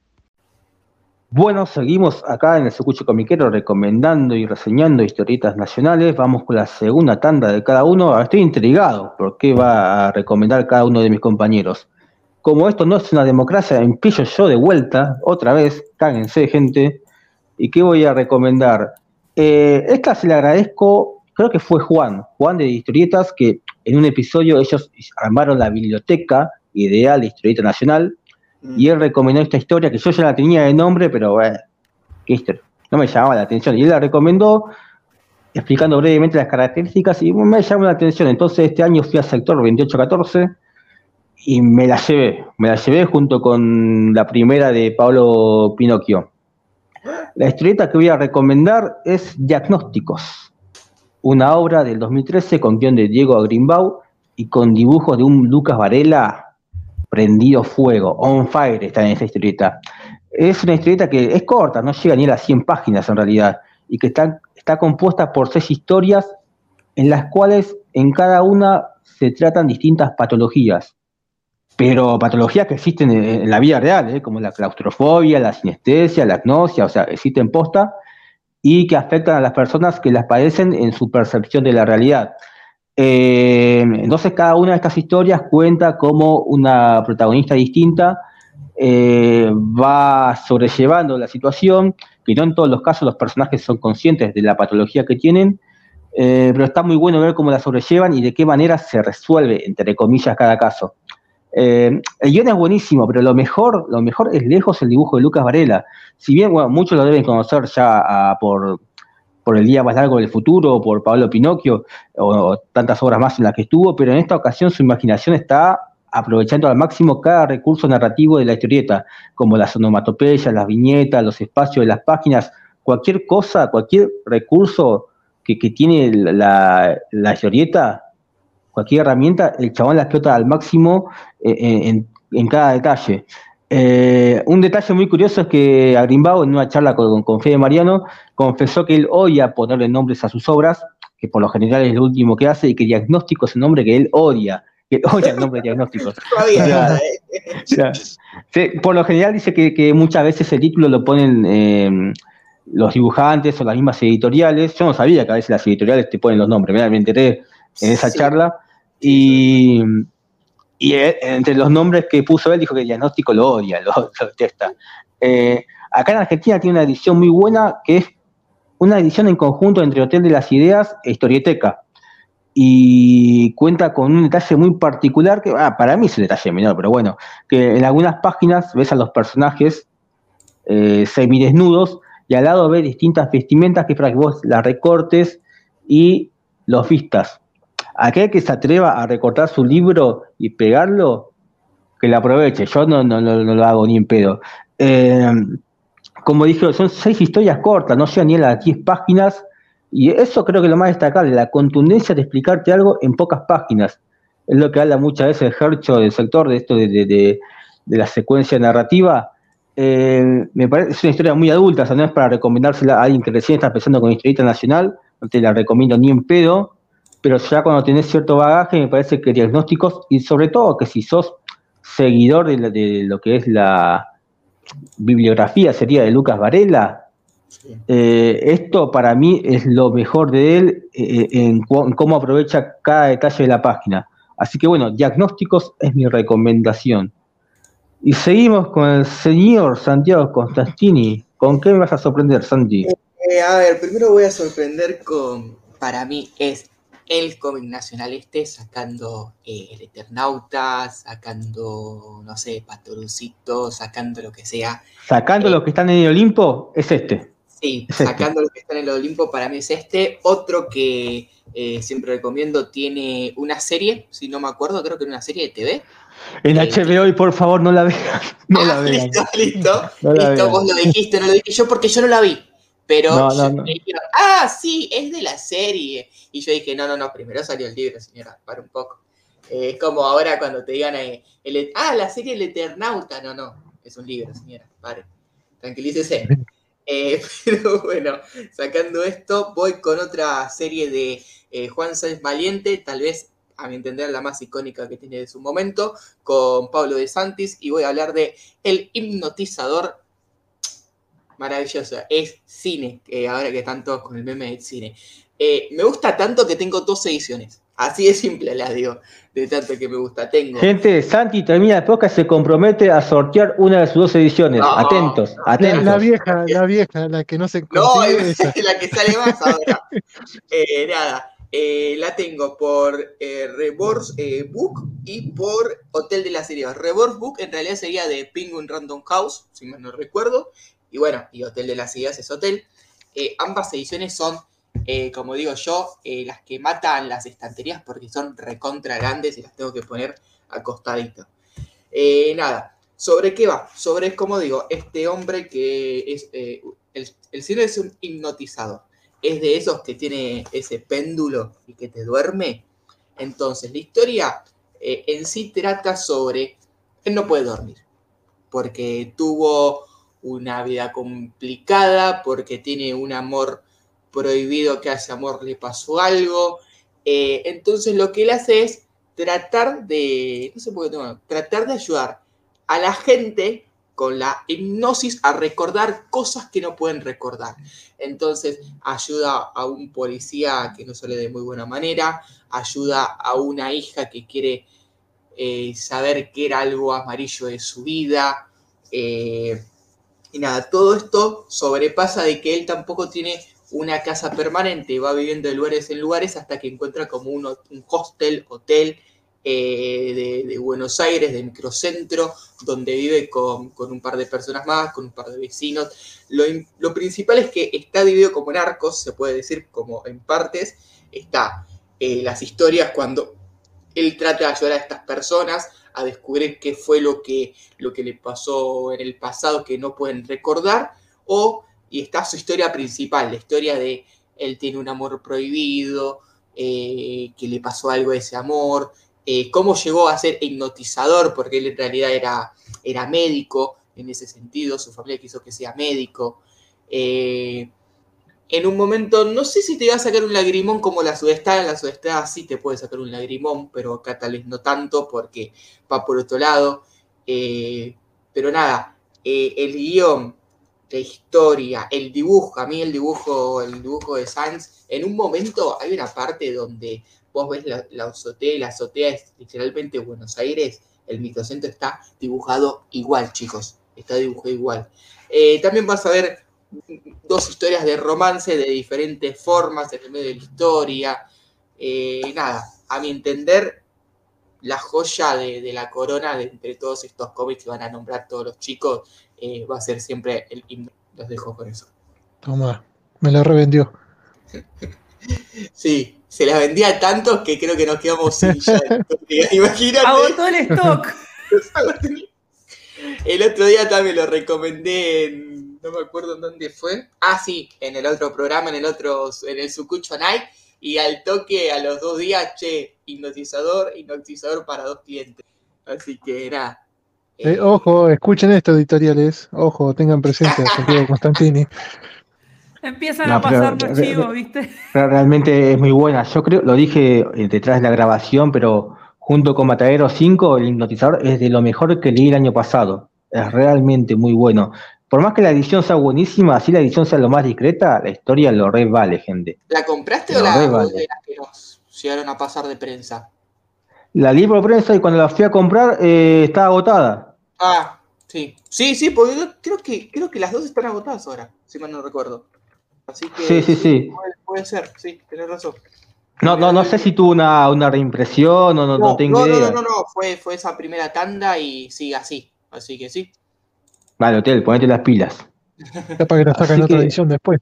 Bueno, seguimos acá en el Sucucho Comiquero recomendando y reseñando historietas nacionales. Vamos con la segunda tanda de cada uno. Estoy intrigado por qué va a recomendar cada uno de mis compañeros. Como esto no es una democracia, empiezo yo de vuelta, otra vez, cáguense, gente. ¿Y qué voy a recomendar? Eh, esta se la agradezco, creo que fue Juan, Juan de Historietas, que en un episodio ellos armaron la biblioteca ideal de Historieta Nacional. Y él recomendó esta historia que yo ya la tenía de nombre, pero bueno, qué historia, no me llamaba la atención. Y él la recomendó explicando brevemente las características y me llamó la atención. Entonces este año fui a sector veintiocho catorce y me la llevé. Me la llevé junto con la primera de Pablo Pinocchio. La historieta que voy a recomendar es Diagnósticos, una obra del dos mil trece con guión de Diego Agrimbau y con dibujos de un Lucas Varela prendido fuego, on fire está en esta historieta. Es una historieta que es corta, no llega ni a las cien páginas en realidad, y que está, está compuesta por seis historias en las cuales en cada una se tratan distintas patologías, pero patologías que existen en, en la vida real, ¿eh? Como la claustrofobia, la sinestesia, la agnosia, o sea, existen posta, y que afectan a las personas que las padecen en su percepción de la realidad. Eh, entonces cada una de estas historias cuenta cómo una protagonista distinta eh, va sobrellevando la situación, que no en todos los casos los personajes son conscientes de la patología que tienen, eh, pero está muy bueno ver cómo la sobrellevan y de qué manera se resuelve, entre comillas, cada caso. Eh, el guión es buenísimo, pero lo mejor, lo mejor es lejos el dibujo de Lucas Varela. Si bien, bueno, muchos lo deben conocer ya a, por... por El día más largo del futuro, o por Pablo Pinocchio, o, o tantas obras más en las que estuvo, pero en esta ocasión su imaginación está aprovechando al máximo cada recurso narrativo de la historieta, como las onomatopeyas, las viñetas, los espacios de las páginas, cualquier cosa, cualquier recurso que, que tiene la, la historieta, cualquier herramienta, el chabón la explota al máximo eh, en, en cada detalle. Eh, un detalle muy curioso es que Agrimbau, en una charla con, con Fede Mariano, confesó que él odia ponerle nombres a sus obras, que por lo general es lo último que hace, y que Diagnóstico es un nombre que él odia, que odia el nombre de Diagnósticos. Todavía, ya, sí, por lo general dice que, que muchas veces el título lo ponen eh, los dibujantes o las mismas editoriales. Yo no sabía que a veces las editoriales te ponen los nombres, me enteré en esa sí. charla, y... Y él, entre los nombres que puso él, dijo que el Diagnóstico lo odia, lo, lo detesta. Eh, acá en Argentina tiene una edición muy buena, que es una edición en conjunto entre Hotel de las Ideas e Historieteca. Y cuenta con un detalle muy particular, que ah, para mí es un detalle menor, pero bueno, que en algunas páginas ves a los personajes eh, semidesnudos, y al lado ves distintas vestimentas que es para que vos las recortes y los vistas. Aquel que se atreva a recortar su libro y pegarlo, que lo aproveche. Yo no, no, no, no lo hago ni en pedo. Eh, como dije, son seis historias cortas, no llegan ni a las diez páginas, y eso creo que es lo más destacable, la contundencia de explicarte algo en pocas páginas. Es lo que habla muchas veces Hercho del sector, de esto de, de, de, de la secuencia narrativa. Eh, me parece es una historia muy adulta, o sea, no es para recomendársela a alguien que recién está empezando con Historieta Nacional, no te la recomiendo ni en pedo. Pero ya cuando tenés cierto bagaje, me parece que Diagnósticos, y sobre todo que si sos seguidor de, la, de lo que es la bibliografía, sería de Lucas Varela, sí. eh, esto para mí es lo mejor de él eh, en, en cómo aprovecha cada detalle de la página. Así que bueno, Diagnósticos es mi recomendación. Y seguimos con el señor Santiago Constantini. ¿Con qué me vas a sorprender, Santi? Eh, a ver, primero voy a sorprender con, para mí es el cómic nacional este, sacando eh, el Eternauta, sacando, no sé, Patorucito, sacando lo que sea. Sacando eh, los que están en el Olimpo, es este. Sí, es sacando este. lo que está en el Olimpo, para mí es este. Otro que eh, siempre recomiendo, tiene una serie, si no me acuerdo, creo que era una serie de T V. En eh, H B O y por favor no la vean. No ah, la vean. Listo, listo. No la listo, vean. vos lo dijiste, no lo dije yo porque yo no la vi. Pero No, yo, no, no. me dijeron, ah, sí, es de la serie. Y yo dije, no, no, no, primero salió el libro, señora, para un poco. Eh, es como ahora cuando te digan, eh, el, ah, la serie El Eternauta. No, no, es un libro, señora, pare. Tranquilícese. Eh, pero bueno, sacando esto, voy con otra serie de eh, Juan Sáenz Valiente, tal vez, a mi entender, la más icónica que tiene de su momento, con Pablo de Santis, y voy a hablar de El Hipnotizador. Maravilloso, es cine, eh, ahora que están todos con el meme del cine. Eh, me gusta tanto que tengo dos ediciones, así de simple las digo, de tanto que me gusta. Tengo. Gente, Santi termina el podcast, se compromete a sortear una de sus dos ediciones. No, atentos, no, atentos. La, la vieja, la vieja, la que no se No, consigue. Esa. la que sale más ahora. Eh, nada, eh, la tengo por eh, Reverse eh, Book y por Hotel de las Ideas. Reverse Book en realidad sería de Penguin Random House, si mal no recuerdo. Y bueno, y Hotel de las Ideas es Hotel. Eh, ambas ediciones son, eh, como digo yo, eh, las que matan las estanterías porque son recontra grandes y las tengo que poner acostadito. Eh, nada, ¿sobre qué va? Sobre, como digo, este hombre que es... Eh, el, el cine es un hipnotizador. Es de esos que tiene ese péndulo y que te duerme. Entonces, la historia eh, en sí trata sobre... Él no puede dormir porque tuvo una vida complicada, porque tiene un amor prohibido, que a ese amor le pasó algo. Eh, entonces lo que él hace es tratar de, no sé por qué tengo, tratar de ayudar a la gente con la hipnosis a recordar cosas que no pueden recordar. Entonces ayuda a un policía que no sale de muy buena manera, ayuda a una hija que quiere eh, saber qué era algo amarillo de su vida, eh, y nada, todo esto sobrepasa de que él tampoco tiene una casa permanente, va viviendo de lugares en lugares hasta que encuentra como un, un hostel, hotel eh, de, de Buenos Aires, de microcentro, donde vive con, con un par de personas más, con un par de vecinos. Lo, lo principal es que está dividido como en arcos, se puede decir como en partes. Está eh, las historias cuando él trata de ayudar a estas personas a descubrir qué fue lo que, lo que le pasó en el pasado que no pueden recordar, o, y está su historia principal, la historia de él tiene un amor prohibido, eh, que le pasó algo de ese amor, eh, cómo llegó a ser hipnotizador, porque él en realidad era, era médico, en ese sentido, su familia quiso que sea médico. Eh, en un momento, no sé si te iba a sacar un lagrimón como la Sudestada, en la Sudestada sí te puede sacar un lagrimón, pero acá tal vez no tanto porque va por otro lado. Eh, pero nada, eh, el guión, la historia, el dibujo, a mí el dibujo, el dibujo de Sanz, en un momento hay una parte donde vos ves la, la azotea, y la azotea es literalmente Buenos Aires, el microcentro está dibujado igual, chicos, está dibujado igual. Eh, también vas a ver dos historias de romance de diferentes formas en el medio de la historia. Eh, nada, a mi entender, la joya de, de la corona de entre todos estos cómics que van a nombrar todos los chicos eh, va a ser siempre el himno. Los dejo con eso. Toma, me la revendió. Sí, se la vendía a tantos que creo que nos quedamos sin ya. Imagínate. Agotó el stock. El otro día también lo recomendé en, no me acuerdo en dónde fue. Ah, sí, en el otro programa, en el otro, en el Sucucho Night. Y al toque, a los dos días, che, hipnotizador, hipnotizador para dos clientes. Así que nada. Eh, eh, ojo, escuchen esto, editoriales. Ojo, tengan presente a Santiago Constantini. Empiezan No, a pasar pero, los chivos, ¿viste? Pero realmente es muy buena. Yo creo, lo dije detrás de la grabación, pero junto con Matadero cinco, el hipnotizador es de lo mejor que leí el año pasado. Es realmente muy bueno. Por más que la edición sea buenísima, así la edición sea lo más discreta, la historia lo re vale, gente. ¿La compraste lo o la vale. de las que nos llegaron a pasar de prensa? La leí por prensa y cuando la fui a comprar eh, estaba agotada. Ah, sí. Sí, sí, porque yo creo que, creo que las dos están agotadas ahora, si mal no recuerdo. Así que Sí, sí, sí. Puede, puede ser, sí, tenés razón. No, no, no sé si tuvo una, una reimpresión o no, no, No, tengo no, no, idea. no, no, no, fue, fue esa primera tanda y sigue así. Así que sí. Vale, Hotel, ponete las pilas. Capaz que la sacan en Así otra que- edición después.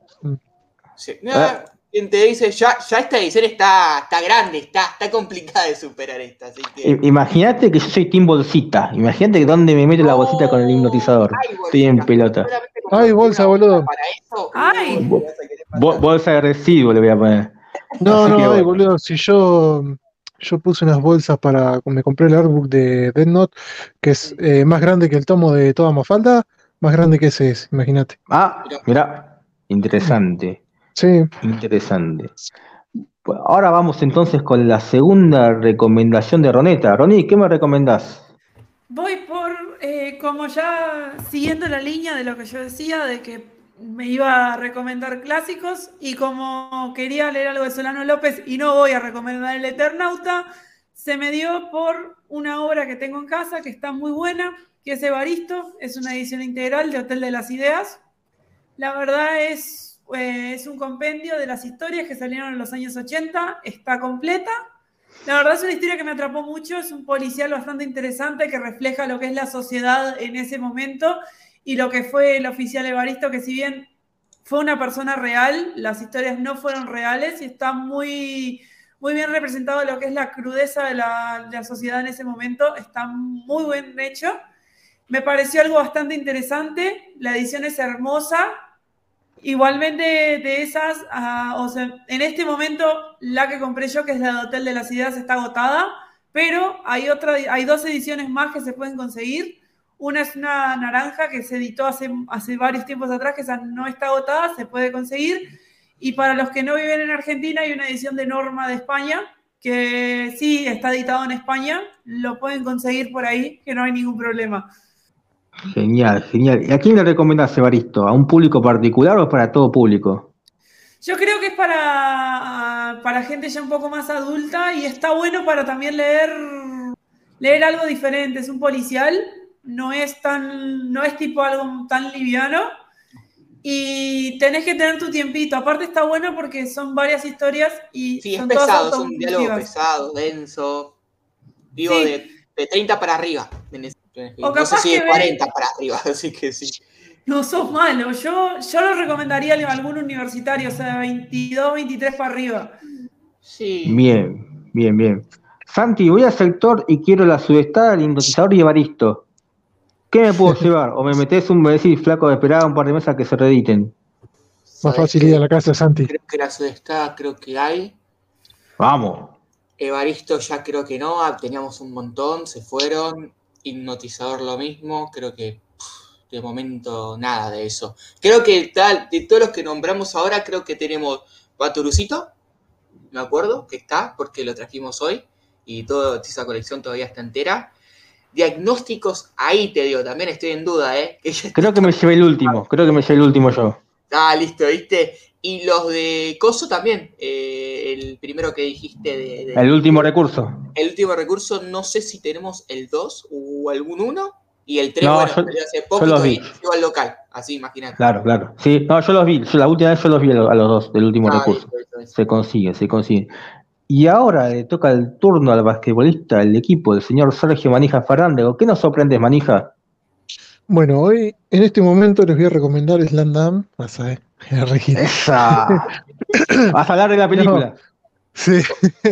Sí. Mira, quien te dice, ya, ya esta edición está, está grande, está, está complicada de superar esta, así que. I- Imagínate que yo soy Team Bolsita. Imagínate dónde me meto la bolsita con el hipnotizador. Ay, Estoy en bolsita, pelota. seguramente como Ay, una bolsa, boludo. Para eso, Ay. uy, Bo- te vas a querer bo- matar. bolsa de recibo le voy a poner. No, Así que no, ay, bueno. boludo, si yo, yo puse unas bolsas para, me compré el artbook de Death Note, que es eh, más grande que el tomo de toda Mafalda, más grande que ese es, imagínate. Ah, mira, interesante, Sí, interesante. Pues ahora vamos entonces con la segunda recomendación de Roneta. Roni, ¿qué me recomendás? Voy por, eh, como ya siguiendo la línea de lo que yo decía, de que me iba a recomendar clásicos, y como quería leer algo de Solano López y no voy a recomendar El Eternauta, se me dio por una obra que tengo en casa que está muy buena, que es Evaristo, es una edición integral de Hotel de las Ideas. La verdad es, eh, es un compendio de las historias que salieron en los años ochenta, está completa. La verdad es una historia que me atrapó mucho, es un policial bastante interesante que refleja lo que es la sociedad en ese momento y lo que fue el oficial Evaristo, que si bien fue una persona real, las historias no fueron reales y está muy, muy bien representado lo que es la crudeza de la, de la sociedad en ese momento, está muy bien hecho. Me pareció algo bastante interesante, la edición es hermosa. Igualmente de esas, uh, o sea, en este momento la que compré yo, que es la de Hotel de las Ideas, está agotada, pero hay, otra, hay dos ediciones más que se pueden conseguir. Una es una naranja que se editó hace, hace varios tiempos atrás, que esa no está agotada, se puede conseguir. Y para los que no viven en Argentina, hay una edición de Norma de España, que sí está editado en España, lo pueden conseguir por ahí, que no hay ningún problema. Genial, genial. ¿Y a quién le recomendás Evaristo? ¿A un público particular o para todo público? Yo creo que es para, para gente ya un poco más adulta y está bueno para también leer, leer algo diferente. Es un policial, no es, tan, no es tipo algo tan liviano y tenés que tener tu tiempito. Aparte está bueno porque son varias historias y Sí, es son pesado, todas es un diálogo pesado, denso. Digo, sí. de, de treinta para arriba. O no sé si de ven... cuarenta para arriba, así que sí. No sos malo, yo, yo lo recomendaría a algún universitario, o sea, veintidós, veintitrés para arriba. Sí. Bien, bien, bien. Santi, voy al sector y quiero la sudestada, el hipnotizador y Evaristo. ¿Qué me puedo llevar? ¿O me metés un, me decís, flaco, de esperar un par de mesas que se reediten? Más fácil ir a la casa, Santi. Creo que la sudestada creo que hay. Vamos. Evaristo ya creo que no, teníamos un montón, se fueron. Hipnotizador lo mismo, creo que pff, de momento nada de eso. Creo que tal, de todos los que nombramos ahora, creo que tenemos Paturucito, me acuerdo que está, porque lo trajimos hoy, y toda esa colección todavía está entera. Diagnósticos, ahí te digo, también estoy en duda, ¿eh? Que creo que me llevé el último, creo que me llevé el último yo. Ah, listo, ¿viste? Y los de Coso también, eh, el primero que dijiste de, de... El último recurso. El último recurso, no sé si tenemos el dos o algún uno, y el tres, no, bueno, yo, salió hace poco yo los vi. Llegó al local, así imagínate. Claro, claro. Sí, no, yo los vi, yo, la última vez yo los vi a los, a los dos del último ah, recurso. Eso, eso, eso. Se consigue, se consigue. Y ahora le toca el turno al basquetbolista del equipo, el señor Sergio Manija Fernández. ¿Qué nos sorprendes, Manija? Bueno, hoy en este momento les voy a recomendar Slam Dunk. Vas a ver, ¡Esa! Vas a hablar de la película. No, sí.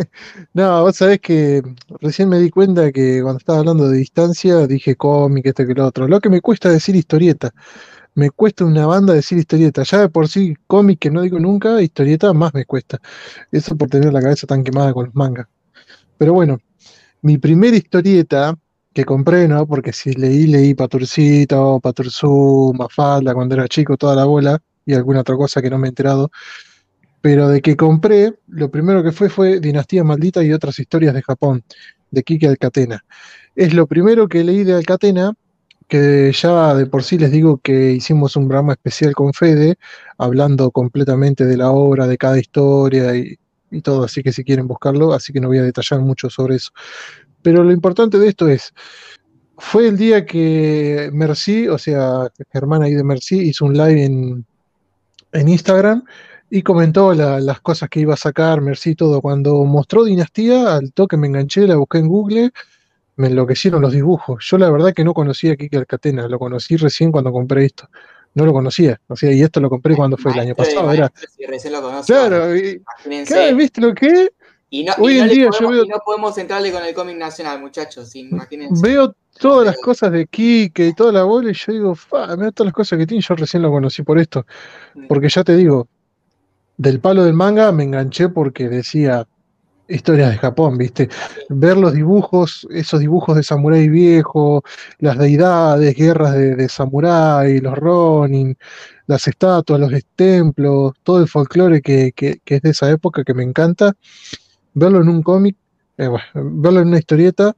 No, vos sabés que recién me di cuenta que cuando estaba hablando de distancia dije cómic, este que lo otro. Lo que me cuesta decir historieta. Me cuesta una banda decir historieta. Ya de por sí cómic que no digo nunca, historieta más me cuesta. Eso por tener la cabeza tan quemada con los mangas. Pero bueno, mi primera historieta que compré, ¿no? Porque si leí, leí Paturcito, Paturzú, Mafalda cuando era chico, toda la bola y alguna otra cosa que no me he enterado. Pero de que compré, lo primero que fue fue Dinastía Maldita y otras historias de Japón, de Kike Alcatena. Es lo primero que leí de Alcatena, que ya de por sí les digo que hicimos un programa especial con Fede, hablando completamente de la obra, de cada historia y, y todo, así que si quieren buscarlo, así que no voy a detallar mucho sobre eso. Pero lo importante de esto es, fue el día que Merci, o sea, Germán ahí de Merci, hizo un live en, en Instagram y comentó la, las cosas que iba a sacar, Merci, todo. Cuando mostró Dinastía, al toque me enganché, la busqué en Google, me enloquecieron los dibujos. Yo la verdad que no conocía a Quique Alcatena, lo conocí recién cuando compré esto. No lo conocía, o sea, y esto lo compré cuando fue el año pasado, era. Si recién lo conoce, Claro, y, claro, ¿viste lo que? Y no, Hoy y no en día podemos, yo veo, y no podemos entrarle con el cómic nacional, muchachos, imagínense. veo todas las cosas de Quique y toda la bola y yo digo, fa, mira todas las cosas que tiene, yo recién lo conocí por esto. Porque ya te digo, del palo del manga me enganché porque decía historias de Japón, ¿viste? Ver los dibujos, esos dibujos de samurái viejo, las deidades, guerras de, de samurái, los ronin, las estatuas, los templos, todo el folclore que, que, que es de esa época que me encanta. Verlo en un cómic, eh, bueno, verlo en una historieta,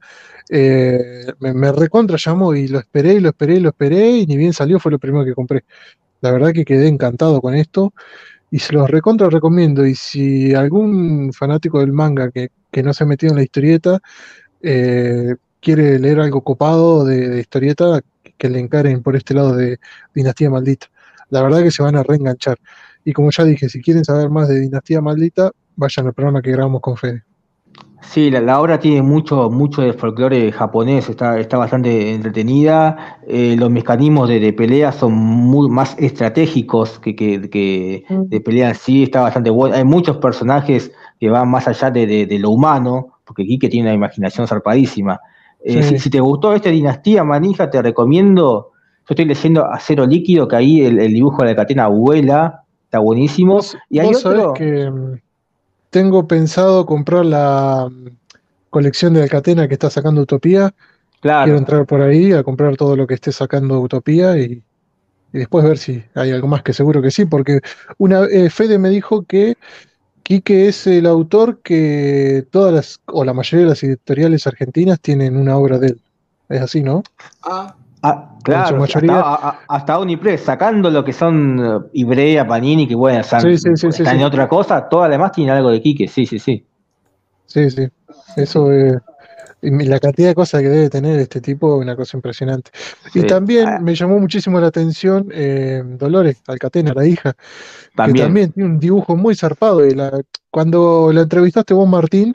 eh, me, me recontra llamó y lo esperé, y lo esperé, y lo esperé, y ni bien salió, fue lo primero que compré. La verdad que quedé encantado con esto, y se los recontra recomiendo, y si algún fanático del manga que, que no se ha metido en la historieta, eh, quiere leer algo copado de, de historieta, que le encaren por este lado de Dinastía Maldita. La verdad que se van a reenganchar. Y como ya dije, si quieren saber más de Dinastía Maldita, vayan al programa que grabamos con Fede. Sí, la, la obra tiene mucho, mucho de folclore japonés, está, está bastante entretenida. Eh, los mecanismos de, de pelea son muy más estratégicos que, que, que de pelea en sí, está bastante bueno. Hay muchos personajes que van más allá de, de, de lo humano, porque Quique tiene una imaginación zarpadísima. Eh, Sí. si, si te gustó esta Dinastía, manija, te recomiendo. Yo estoy leyendo Acero Líquido, que ahí el, el dibujo de la catena vuela, está buenísimo. Vos, Y hay vos otro. sabés que mm, tengo pensado comprar la mm, colección de Alcatena que está sacando Utopía. Claro. Quiero entrar por ahí a comprar todo lo que esté sacando Utopía y, y después ver si hay algo más, que seguro que sí, porque una eh, Fede me dijo que Quique es el autor que todas las, o la mayoría de las editoriales argentinas tienen una obra de él. Es así, ¿no? Ah, Ah, En su claro, mayoría. hasta, a- a- hasta Unipress, sacando lo que son eh, Ibrea, Panini, que bueno, están, Sí, sí, sí, sí, están en sí. otra cosa, todas las demás tienen algo de Quique, sí, sí, sí. Sí, sí. Eso es. Y la cantidad de cosas que debe tener este tipo es una cosa impresionante. Y Sí. también Ah, me llamó muchísimo la atención eh, Dolores Alcatena, la hija, que también. también tiene un dibujo muy zarpado. Y la, cuando la entrevistaste vos, Martín,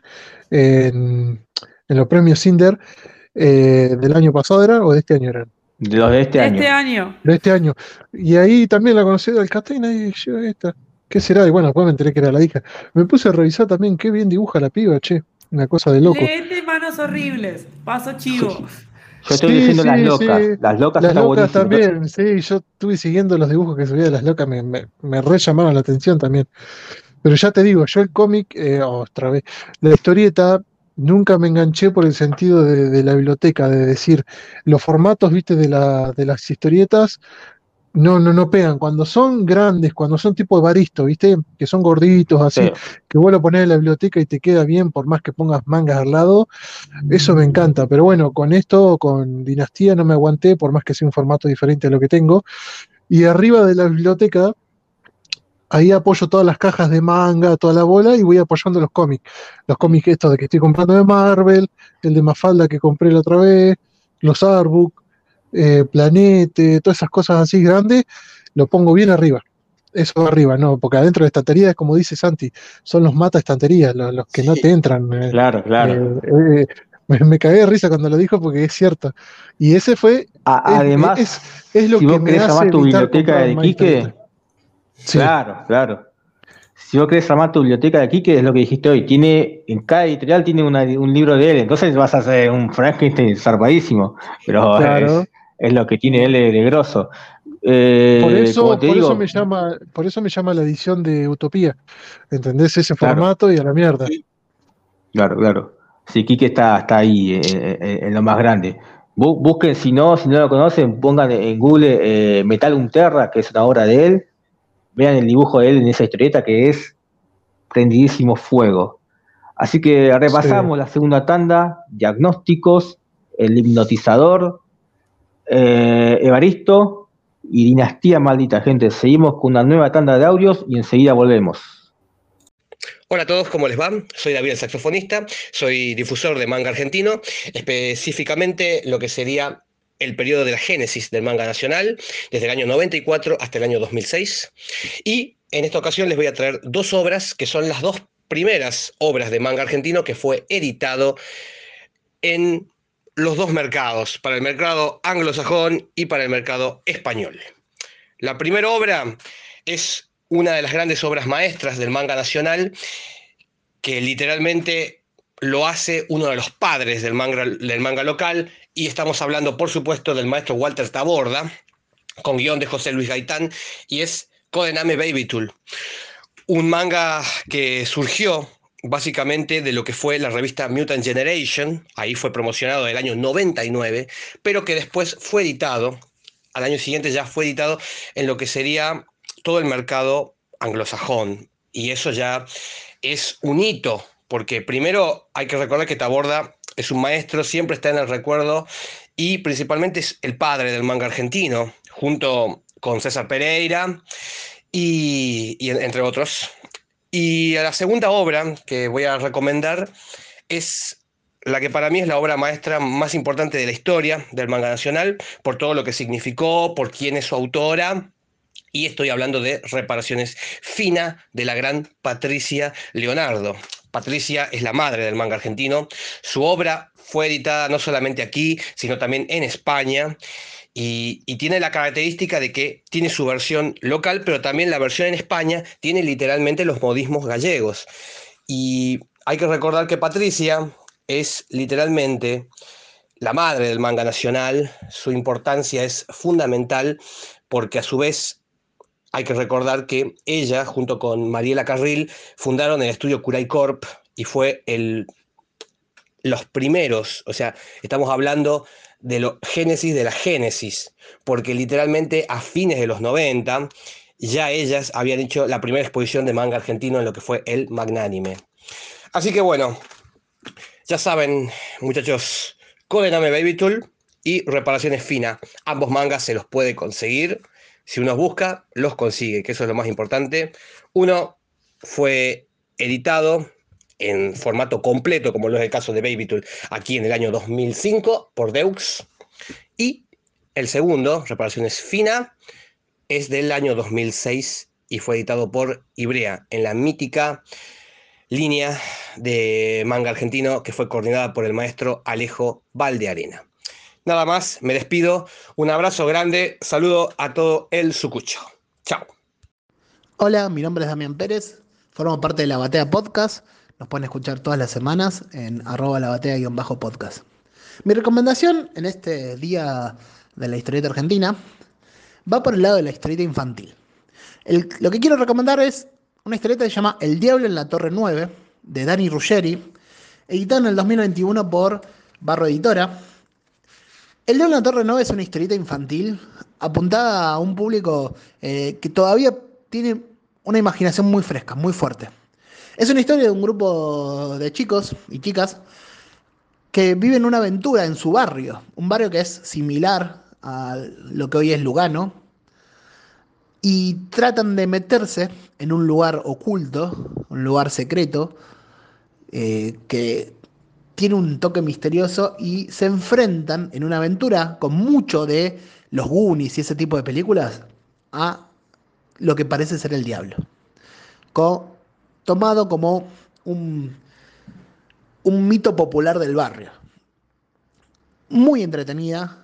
en, en los premios Cinder eh, del año pasado, ¿era? ¿O de este año eran? De los de este De año. este año. De este año. Y ahí también la conocí de Alcatena y yo, esta, ¿qué será? Y bueno, después me enteré que era la hija. Me puse a revisar también qué bien dibuja la piba, che. Una cosa de loco. Leete Manos Horribles. Paso chivo. Yo estoy Sí, leyendo Las sí, Locas. sí. Las Locas Las está locas buenísimo. también, sí, yo estuve siguiendo los dibujos que subía de las locas, me, me, me re llamaron la atención también. Pero ya te digo, yo el cómic, eh, otra vez, la historieta, nunca me enganché por el sentido de, de la biblioteca, de decir, los formatos, viste, de, la, de las historietas, no, no, no pegan. Cuando son grandes, cuando son tipo de Baristo, viste, que son gorditos, así, Sí. que vos lo ponés en la biblioteca y te queda bien, por más que pongas mangas al lado. Eso me encanta, pero bueno, con esto, con Dinastía no me aguanté, por más que sea un formato diferente a lo que tengo. Y arriba de la biblioteca, ahí apoyo todas las cajas de manga, toda la bola, y voy apoyando los cómics. Los cómics estos de que estoy comprando de Marvel, el de Mafalda que compré la otra vez, los Artbook, eh, Planete, todas esas cosas así grandes, lo pongo bien arriba. Eso arriba, no, porque adentro de estanterías, como dice Santi, son los mata estanterías, los, los que no Sí. te entran. eh, Claro, claro. eh, eh, me, me cagué de risa cuando lo dijo porque es cierto. Y ese fue, A- es, además, es, es lo si que vos me querés hace armar tu evitar biblioteca comprar de más Quique, historietas. Sí, claro, claro. Si vos querés armar tu biblioteca de Quique, es lo que dijiste hoy. Tiene, en cada editorial tiene una- un libro de él, entonces vas a hacer un Frankenstein zarpadísimo. Pero claro. es, es lo que tiene él de, de grosso. Por Eh, como eso, te por eso digo, me llama, por eso me llama la edición de Utopía. ¿Entendés? Ese claro, formato y a la mierda. claro, claro. Sí, Quique está, está ahí eh, eh, en lo más grande. Bu- Busquen, si no, si no lo conocen, pongan en Google eh, Metal Unterra, que es una obra de él. Vean el dibujo de él en esa historieta que es prendidísimo fuego. Así que Sí. repasamos la segunda tanda: diagnósticos, el hipnotizador, eh, Evaristo y Dinastía Maldita, gente. Seguimos con una nueva tanda de audios y enseguida volvemos. Hola a todos, ¿cómo les va? Soy David, el saxofonista, soy difusor de manga argentino, específicamente lo que sería el periodo de la génesis del manga nacional, desde el año noventa y cuatro hasta el año dos mil seis. Y en esta ocasión les voy a traer dos obras que son las dos primeras obras de manga argentino que fue editado en los dos mercados, para el mercado anglosajón y para el mercado español. La primera obra es una de las grandes obras maestras del manga nacional, que literalmente lo hace uno de los padres del manga, del manga local, y estamos hablando, por supuesto, del maestro Walter Taborda, con guión de José Luis Gaitán, y es Codename Babytool, un manga que surgió básicamente de lo que fue la revista Mutant Generation, ahí fue promocionado en el año noventa y nueve, pero que después fue editado, al año siguiente ya fue editado en lo que sería todo el mercado anglosajón, y eso ya es un hito, porque primero hay que recordar que Taborda es un maestro, siempre está en el recuerdo, y principalmente es el padre del manga argentino, junto con César Pereira, y, y entre otros. Y la segunda obra que voy a recomendar es la que para mí es la obra maestra más importante de la historia del manga nacional, por todo lo que significó, por quién es su autora, y estoy hablando de Reparaciones Fina, de la gran Patricia Leonardo. Patricia es la madre del manga argentino. Su obra fue editada no solamente aquí, sino también en España, y, y tiene la característica de que tiene su versión local, pero también la versión en España tiene literalmente los modismos gallegos. Y hay que recordar que Patricia es literalmente la madre del manga nacional. Su importancia es fundamental porque a su vez hay que recordar que ella, junto con Mariela Carril, fundaron el estudio Kurai Corp y fue el, los primeros, o sea, estamos hablando de lo génesis de la génesis, porque literalmente a fines de los noventa ya ellas habían hecho la primera exposición de manga argentino en lo que fue el Magnánime. Así que bueno, ya saben, muchachos, Codename Babytool y Reparaciones Fina, ambos mangas se los puede conseguir. Si uno busca, los consigue, que eso es lo más importante. Uno fue editado en formato completo, como lo es el caso de Babytool, aquí en el año dos mil cinco por Deux. Y el segundo, Reparaciones Fina, es del año dos mil seis y fue editado por Ibrea, en la mítica línea de manga argentino que fue coordinada por el maestro Alejo Valdearena. Nada más, me despido. Un abrazo grande. Saludo a todo el sucucho. Chao. Hola, mi nombre es Damián Pérez. Formo parte de La Batea Podcast. Nos pueden escuchar todas las semanas en arroba labatea-podcast. Mi recomendación en este día de la historieta argentina va por el lado de la historieta infantil. El, lo que quiero recomendar es una historieta que se llama El Diablo en la Torre nueve, de Dani Ruggeri, editada en el dos mil veintiuno por Barro Editora. El Diablo en la Torre nueve es una historieta infantil apuntada a un público eh, que todavía tiene una imaginación muy fresca, muy fuerte. Es una historia de un grupo de chicos y chicas que viven una aventura en su barrio, un barrio que es similar a lo que hoy es Lugano, y tratan de meterse en un lugar oculto, un lugar secreto, eh, que tiene un toque misterioso, y se enfrentan en una aventura con mucho de los Goonies y ese tipo de películas a lo que parece ser el diablo, Co- tomado como un, un mito popular del barrio. Muy entretenida,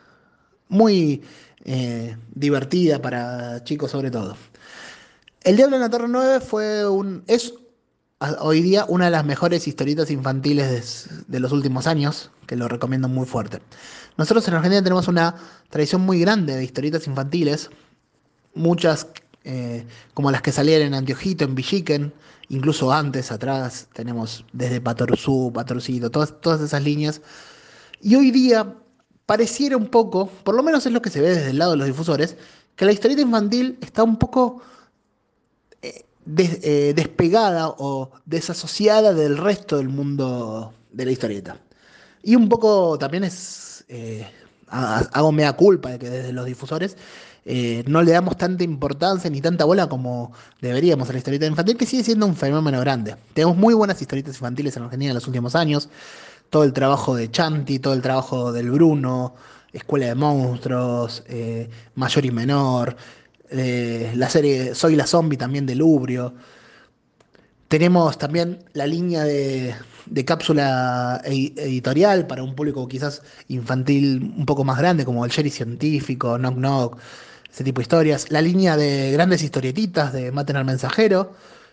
muy eh, divertida para chicos sobre todo. El Diablo en la Torre nueve fue un, es hoy día una de las mejores historietas infantiles de, de los últimos años, que lo recomiendo muy fuerte. Nosotros en Argentina tenemos una tradición muy grande de historietas infantiles, muchas eh, como las que salían en Antiojito, en Villiquen, incluso antes, atrás, tenemos desde Patoruzú, Patorcito, todas, todas esas líneas. Y hoy día pareciera un poco, por lo menos es lo que se ve desde el lado de los difusores, que la historieta infantil está un poco eh, des, eh, despegada o desasociada del resto del mundo de la historieta. Y un poco también es, eh, hago mea culpa de que desde los difusores eh, no le damos tanta importancia ni tanta bola como deberíamos a la historieta infantil, que sigue siendo un fenómeno grande. Tenemos muy buenas historietas infantiles en Argentina en los últimos años. Todo el trabajo de Chanti, todo el trabajo del Bruno, Escuela de Monstruos, eh, Mayor y Menor, eh, la serie Soy la Zombie también de Lubrio. Tenemos también la línea de, de cápsula edi- editorial para un público quizás infantil un poco más grande, como el Sherry Científico, Knock Knock, ese tipo de historias. La línea de grandes historietitas de Maten al Mensajero,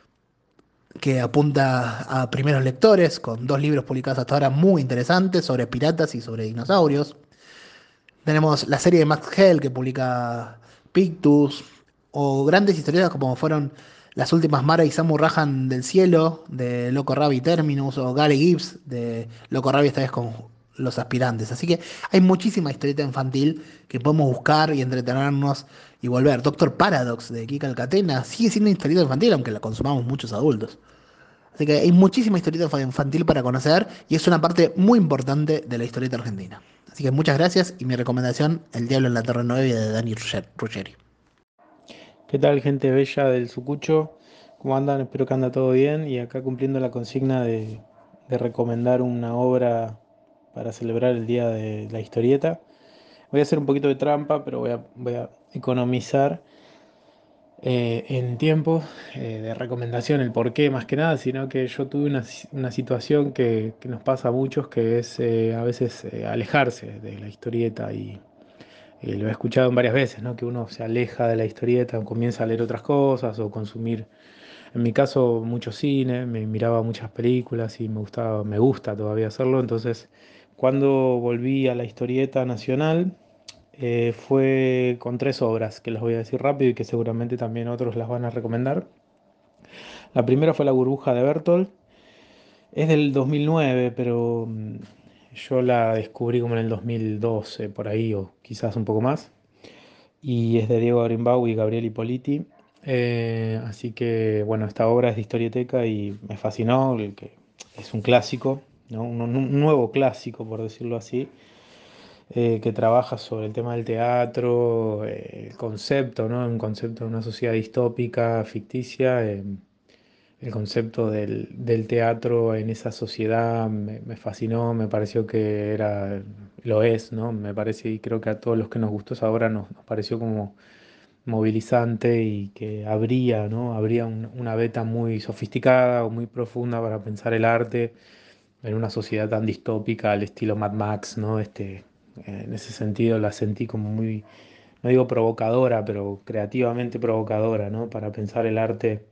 que apunta a primeros lectores, con dos libros publicados hasta ahora muy interesantes sobre piratas y sobre dinosaurios. Tenemos la serie de Max Hell que publica Pictus, o grandes historietas como fueron las últimas Mara y Samu Rajan del Cielo, de Loco Rabi Terminus, o Gale Gibbs, de Loco Rabi esta vez con los aspirantes. Así que hay muchísima historieta infantil que podemos buscar y entretenernos y volver. Doctor Paradox de Kika Alcatena sigue siendo historieta infantil, aunque la consumamos muchos adultos. Así que hay muchísima historieta infa- infantil para conocer y es una parte muy importante de la historieta argentina. Así que muchas gracias y mi recomendación, El Diablo en la Torre nueve de Dani Rugger- Ruggeri. ¿Qué tal, gente bella del Sucucho? ¿Cómo andan? Espero que anda todo bien. Y acá cumpliendo la consigna de, de recomendar una obra para celebrar el Día de la Historieta. Voy a hacer un poquito de trampa, pero voy a, voy a economizar eh, en tiempo eh, de recomendación, el por qué más que nada, sino que yo tuve una, si- una situación que, que nos pasa a muchos, que es eh, a veces eh, alejarse de la historieta y y lo he escuchado varias veces, ¿no? Que uno se aleja de la historieta, o comienza a leer otras cosas o consumir, en mi caso, mucho cine, me miraba muchas películas y me gustaba, me gusta todavía hacerlo. Entonces, cuando volví a la historieta nacional, eh, fue con tres obras que las voy a decir rápido y que seguramente también otros las van a recomendar. La primera fue La burbuja de Bertolt. Es del dos mil nueve, pero mm, yo la descubrí como en el dos mil doce, por ahí, o quizás un poco más. Y es de Diego Arimbau y Gabriel Ippoliti. Eh, así que, bueno, esta obra es de historieteca y me fascinó, el que es un clásico, ¿no? Un, un nuevo clásico, por decirlo así, eh, que trabaja sobre el tema del teatro, eh, el concepto, ¿no? Un concepto de una sociedad distópica, ficticia. Eh, el concepto del, del teatro en esa sociedad me, me fascinó, me pareció que era, lo es, ¿no? Me parece, y creo que a todos los que nos gustó esa obra nos, nos pareció como movilizante y que habría, ¿no? Habría un- una beta muy sofisticada o muy profunda para pensar el arte en una sociedad tan distópica al estilo Mad Max, ¿no? Este, eh, en ese sentido la sentí como muy, no digo provocadora, pero creativamente provocadora, ¿no? Para pensar el arte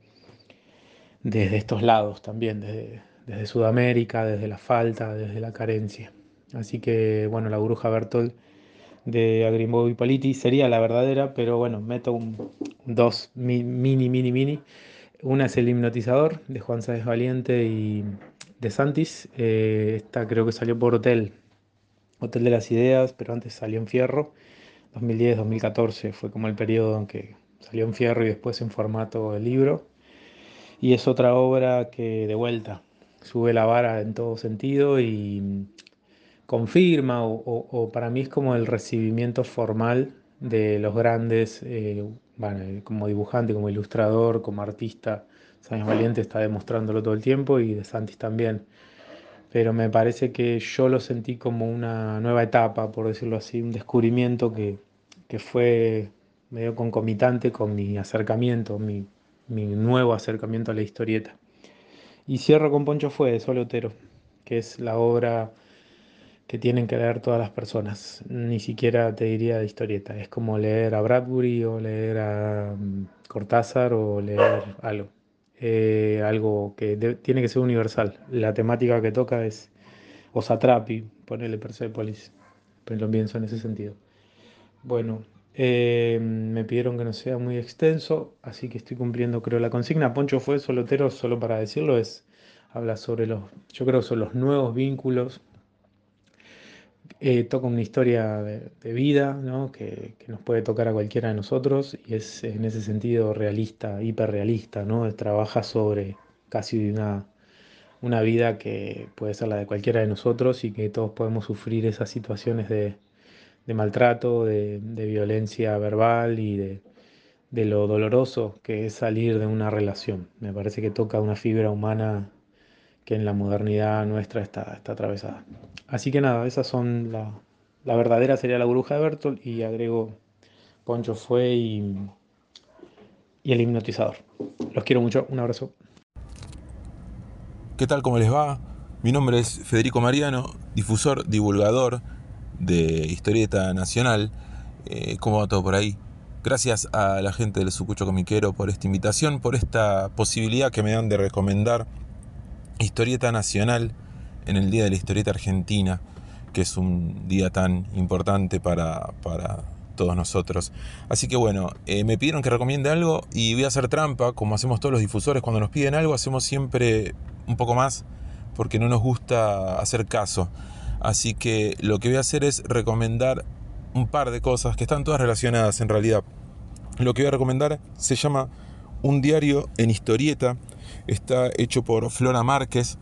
desde estos lados también, desde, desde Sudamérica, desde la falta, desde la carencia. Así que, bueno, la Bruja Bertolt de Agrimbo y Politi sería la verdadera, pero bueno, meto un, dos mi- mini, mini, mini. Una es El hipnotizador de Juan Sáenz Valiente y de Santis. Eh, esta creo que salió por Hotel, Hotel de las Ideas, pero antes salió en Fierro. dos mil diez-dos mil catorce fue como el periodo en que salió en Fierro y después en formato de libro. Y es otra obra que de vuelta sube la vara en todo sentido y confirma o, o- o para mí es como el recibimiento formal de los grandes, eh, bueno, eh, como dibujante, como ilustrador, como artista. Sáenz Valiente está demostrándolo todo el tiempo y De Santis también. Pero me parece que yo lo sentí como una nueva etapa, por decirlo así, un descubrimiento que, que fue medio concomitante con mi acercamiento, mi, mi nuevo acercamiento a la historieta. Y cierro con Poncho Fue de Sol Otero, que es la obra que tienen que leer todas las personas. Ni siquiera te diría de historieta. Es como leer a Bradbury o leer a mm, Cortázar o leer algo. Eh, algo que de- tiene que ser universal. La temática que toca es o Satrapi, ponele Persepolis. Pero lo pienso en ese sentido. Bueno, eh, me pidieron que no sea muy extenso, así que estoy cumpliendo, creo, la consigna. Poncho Fue Solotero, solo para decirlo, es habla sobre los, yo creo que son los nuevos vínculos. Eh, toca una historia de, de vida, ¿no? que, que nos puede tocar a cualquiera de nosotros y es en ese sentido realista, hiperrealista, ¿no? Trabaja sobre casi una, una vida que puede ser la de cualquiera de nosotros y que todos podemos sufrir esas situaciones de, de maltrato, de, de violencia verbal y de, de lo doloroso que es salir de una relación. Me parece que toca una fibra humana que en la modernidad nuestra está, está atravesada. Así que nada, esas son la, la verdadera sería La Burbuja de Bertolt, y agrego Poncho Fue y, y El Hipnotizador. Los quiero mucho, un abrazo. ¿Qué tal? ¿Cómo les va? Mi nombre es Federico Mariano, difusor, divulgador de Historieta Nacional. Eh, ¿Cómo va todo por ahí? Gracias a la gente del Sucucho Comiquero por esta invitación, por esta posibilidad que me dan de recomendar Historieta Nacional en el Día de la Historieta Argentina, que es un día tan importante para, para todos nosotros. Así que bueno, eh, me pidieron que recomiende algo y voy a hacer trampa, como hacemos todos los difusores cuando nos piden algo, hacemos siempre un poco más porque no nos gusta hacer caso. Así que lo que voy a hacer es recomendar un par de cosas que están todas relacionadas en realidad. Lo que voy a recomendar se llama Un diario en historieta. Está hecho por Flora Márquez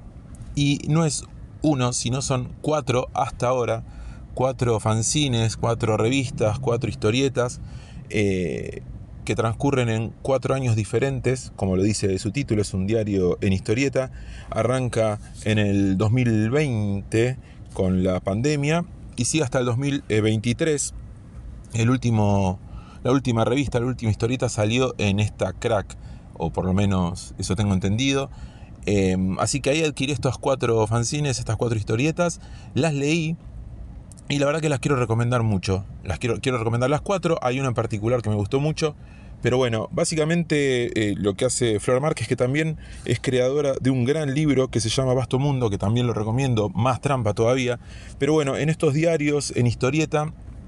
y no es uno, sino son cuatro hasta ahora. Cuatro fanzines, cuatro revistas, cuatro historietas eh, que transcurren en cuatro años diferentes. Como lo dice su título, es un diario en historieta. Arranca en el dos mil veinte con la pandemia y sigue hasta el dos mil veintitrés. El último, la última revista, la última historieta salió en esta Crack, o por lo menos eso tengo entendido. Eh, así que ahí adquirí estos cuatro fanzines, estas cuatro historietas, las leí y la verdad que las quiero recomendar mucho. Las quiero, quiero recomendar las cuatro. Hay una en particular que me gustó mucho. Pero bueno, básicamente eh, lo que hace Flor Márquez, que también es creadora de un gran libro que se llama Vasto Mundo, que también lo recomiendo, más trampa todavía. Pero bueno, en estos diarios, en historieta,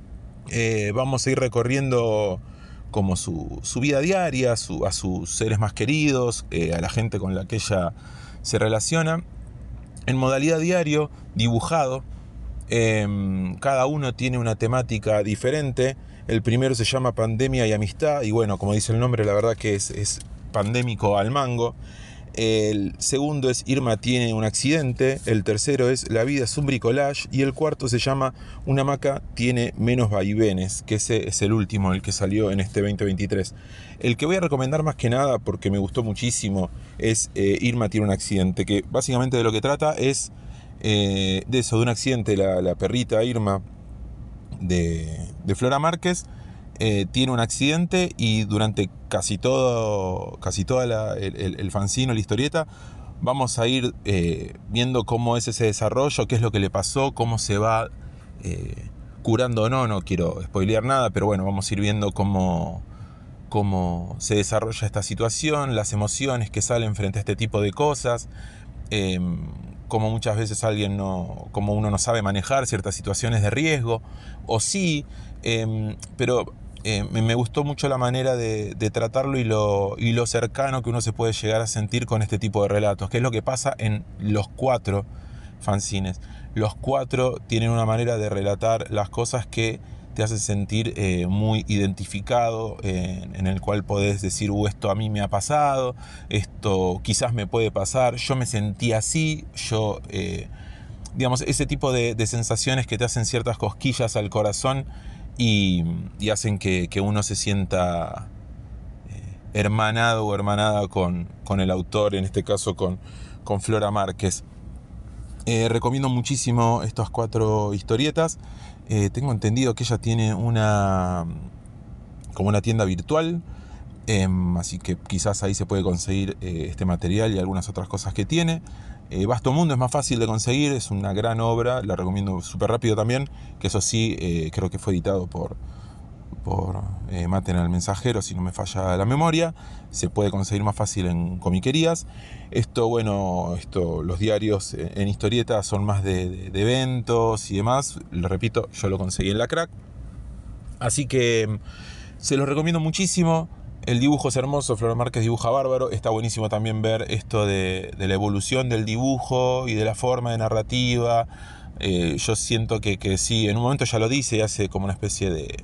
eh, vamos a ir recorriendo como su, su vida diaria, su, a sus seres más queridos, eh, a la gente con la que ella se relaciona, en modalidad diario, dibujado. Eh, cada uno tiene una temática diferente. El primero se llama Pandemia y Amistad, y bueno, como dice el nombre, la verdad que es, es pandémico al mango. El segundo es Irma tiene un accidente. El tercero es La vida es un bricolage. Y el cuarto se llama Una hamaca tiene menos vaivenes, que ese es el último, el que salió en este veinte veintitrés. El que voy a recomendar más que nada, porque me gustó muchísimo, es eh, Irma tiene un accidente, que básicamente de lo que trata es eh, de eso, de un accidente. La, la perrita Irma de, de Flora Márquez eh, tiene un accidente y durante casi todo casi toda la, el, el, el fanzine o la historieta vamos a ir eh, viendo cómo es ese desarrollo, qué es lo que le pasó, cómo se va eh, curando o no. No quiero spoilear nada, pero bueno, vamos a ir viendo cómo, cómo se desarrolla esta situación, las emociones que salen frente a este tipo de cosas, eh, como muchas veces alguien no, como uno no sabe manejar ciertas situaciones de riesgo, o sí, eh, pero eh, me gustó mucho la manera de, de tratarlo y lo, y lo cercano que uno se puede llegar a sentir con este tipo de relatos, que es lo que pasa en los cuatro fanzines. Los cuatro tienen una manera de relatar las cosas que te hace sentir eh, muy identificado, eh, en el cual podés decir, uh, esto a mí me ha pasado, esto quizás me puede pasar, yo me sentí así, yo, eh, digamos, ese tipo de, de sensaciones que te hacen ciertas cosquillas al corazón y, y hacen que, que uno se sienta eh, hermanado o hermanada con, con el autor, en este caso con, con Flora Márquez. Eh, recomiendo muchísimo estas cuatro historietas. Eh, tengo entendido que ella tiene una como una tienda virtual, eh, así que quizás ahí se puede conseguir eh, este material y algunas otras cosas que tiene. eh, Vasto Mundo es más fácil de conseguir, es una gran obra, la recomiendo súper rápido también, que eso sí, eh, creo que fue editado por por eh, Maten al Mensajero, si no me falla la memoria. Se puede conseguir más fácil en comiquerías. Esto, bueno, esto, los diarios en historieta son más de, de, de eventos y demás. Les repito, yo lo conseguí en la Crack. Así que se los recomiendo muchísimo. El dibujo es hermoso, Flora Márquez dibuja bárbaro. Está buenísimo también ver esto de, de la evolución del dibujo y de la forma de narrativa. Eh, yo siento que, que sí, en un momento ya lo dice y hace como una especie de...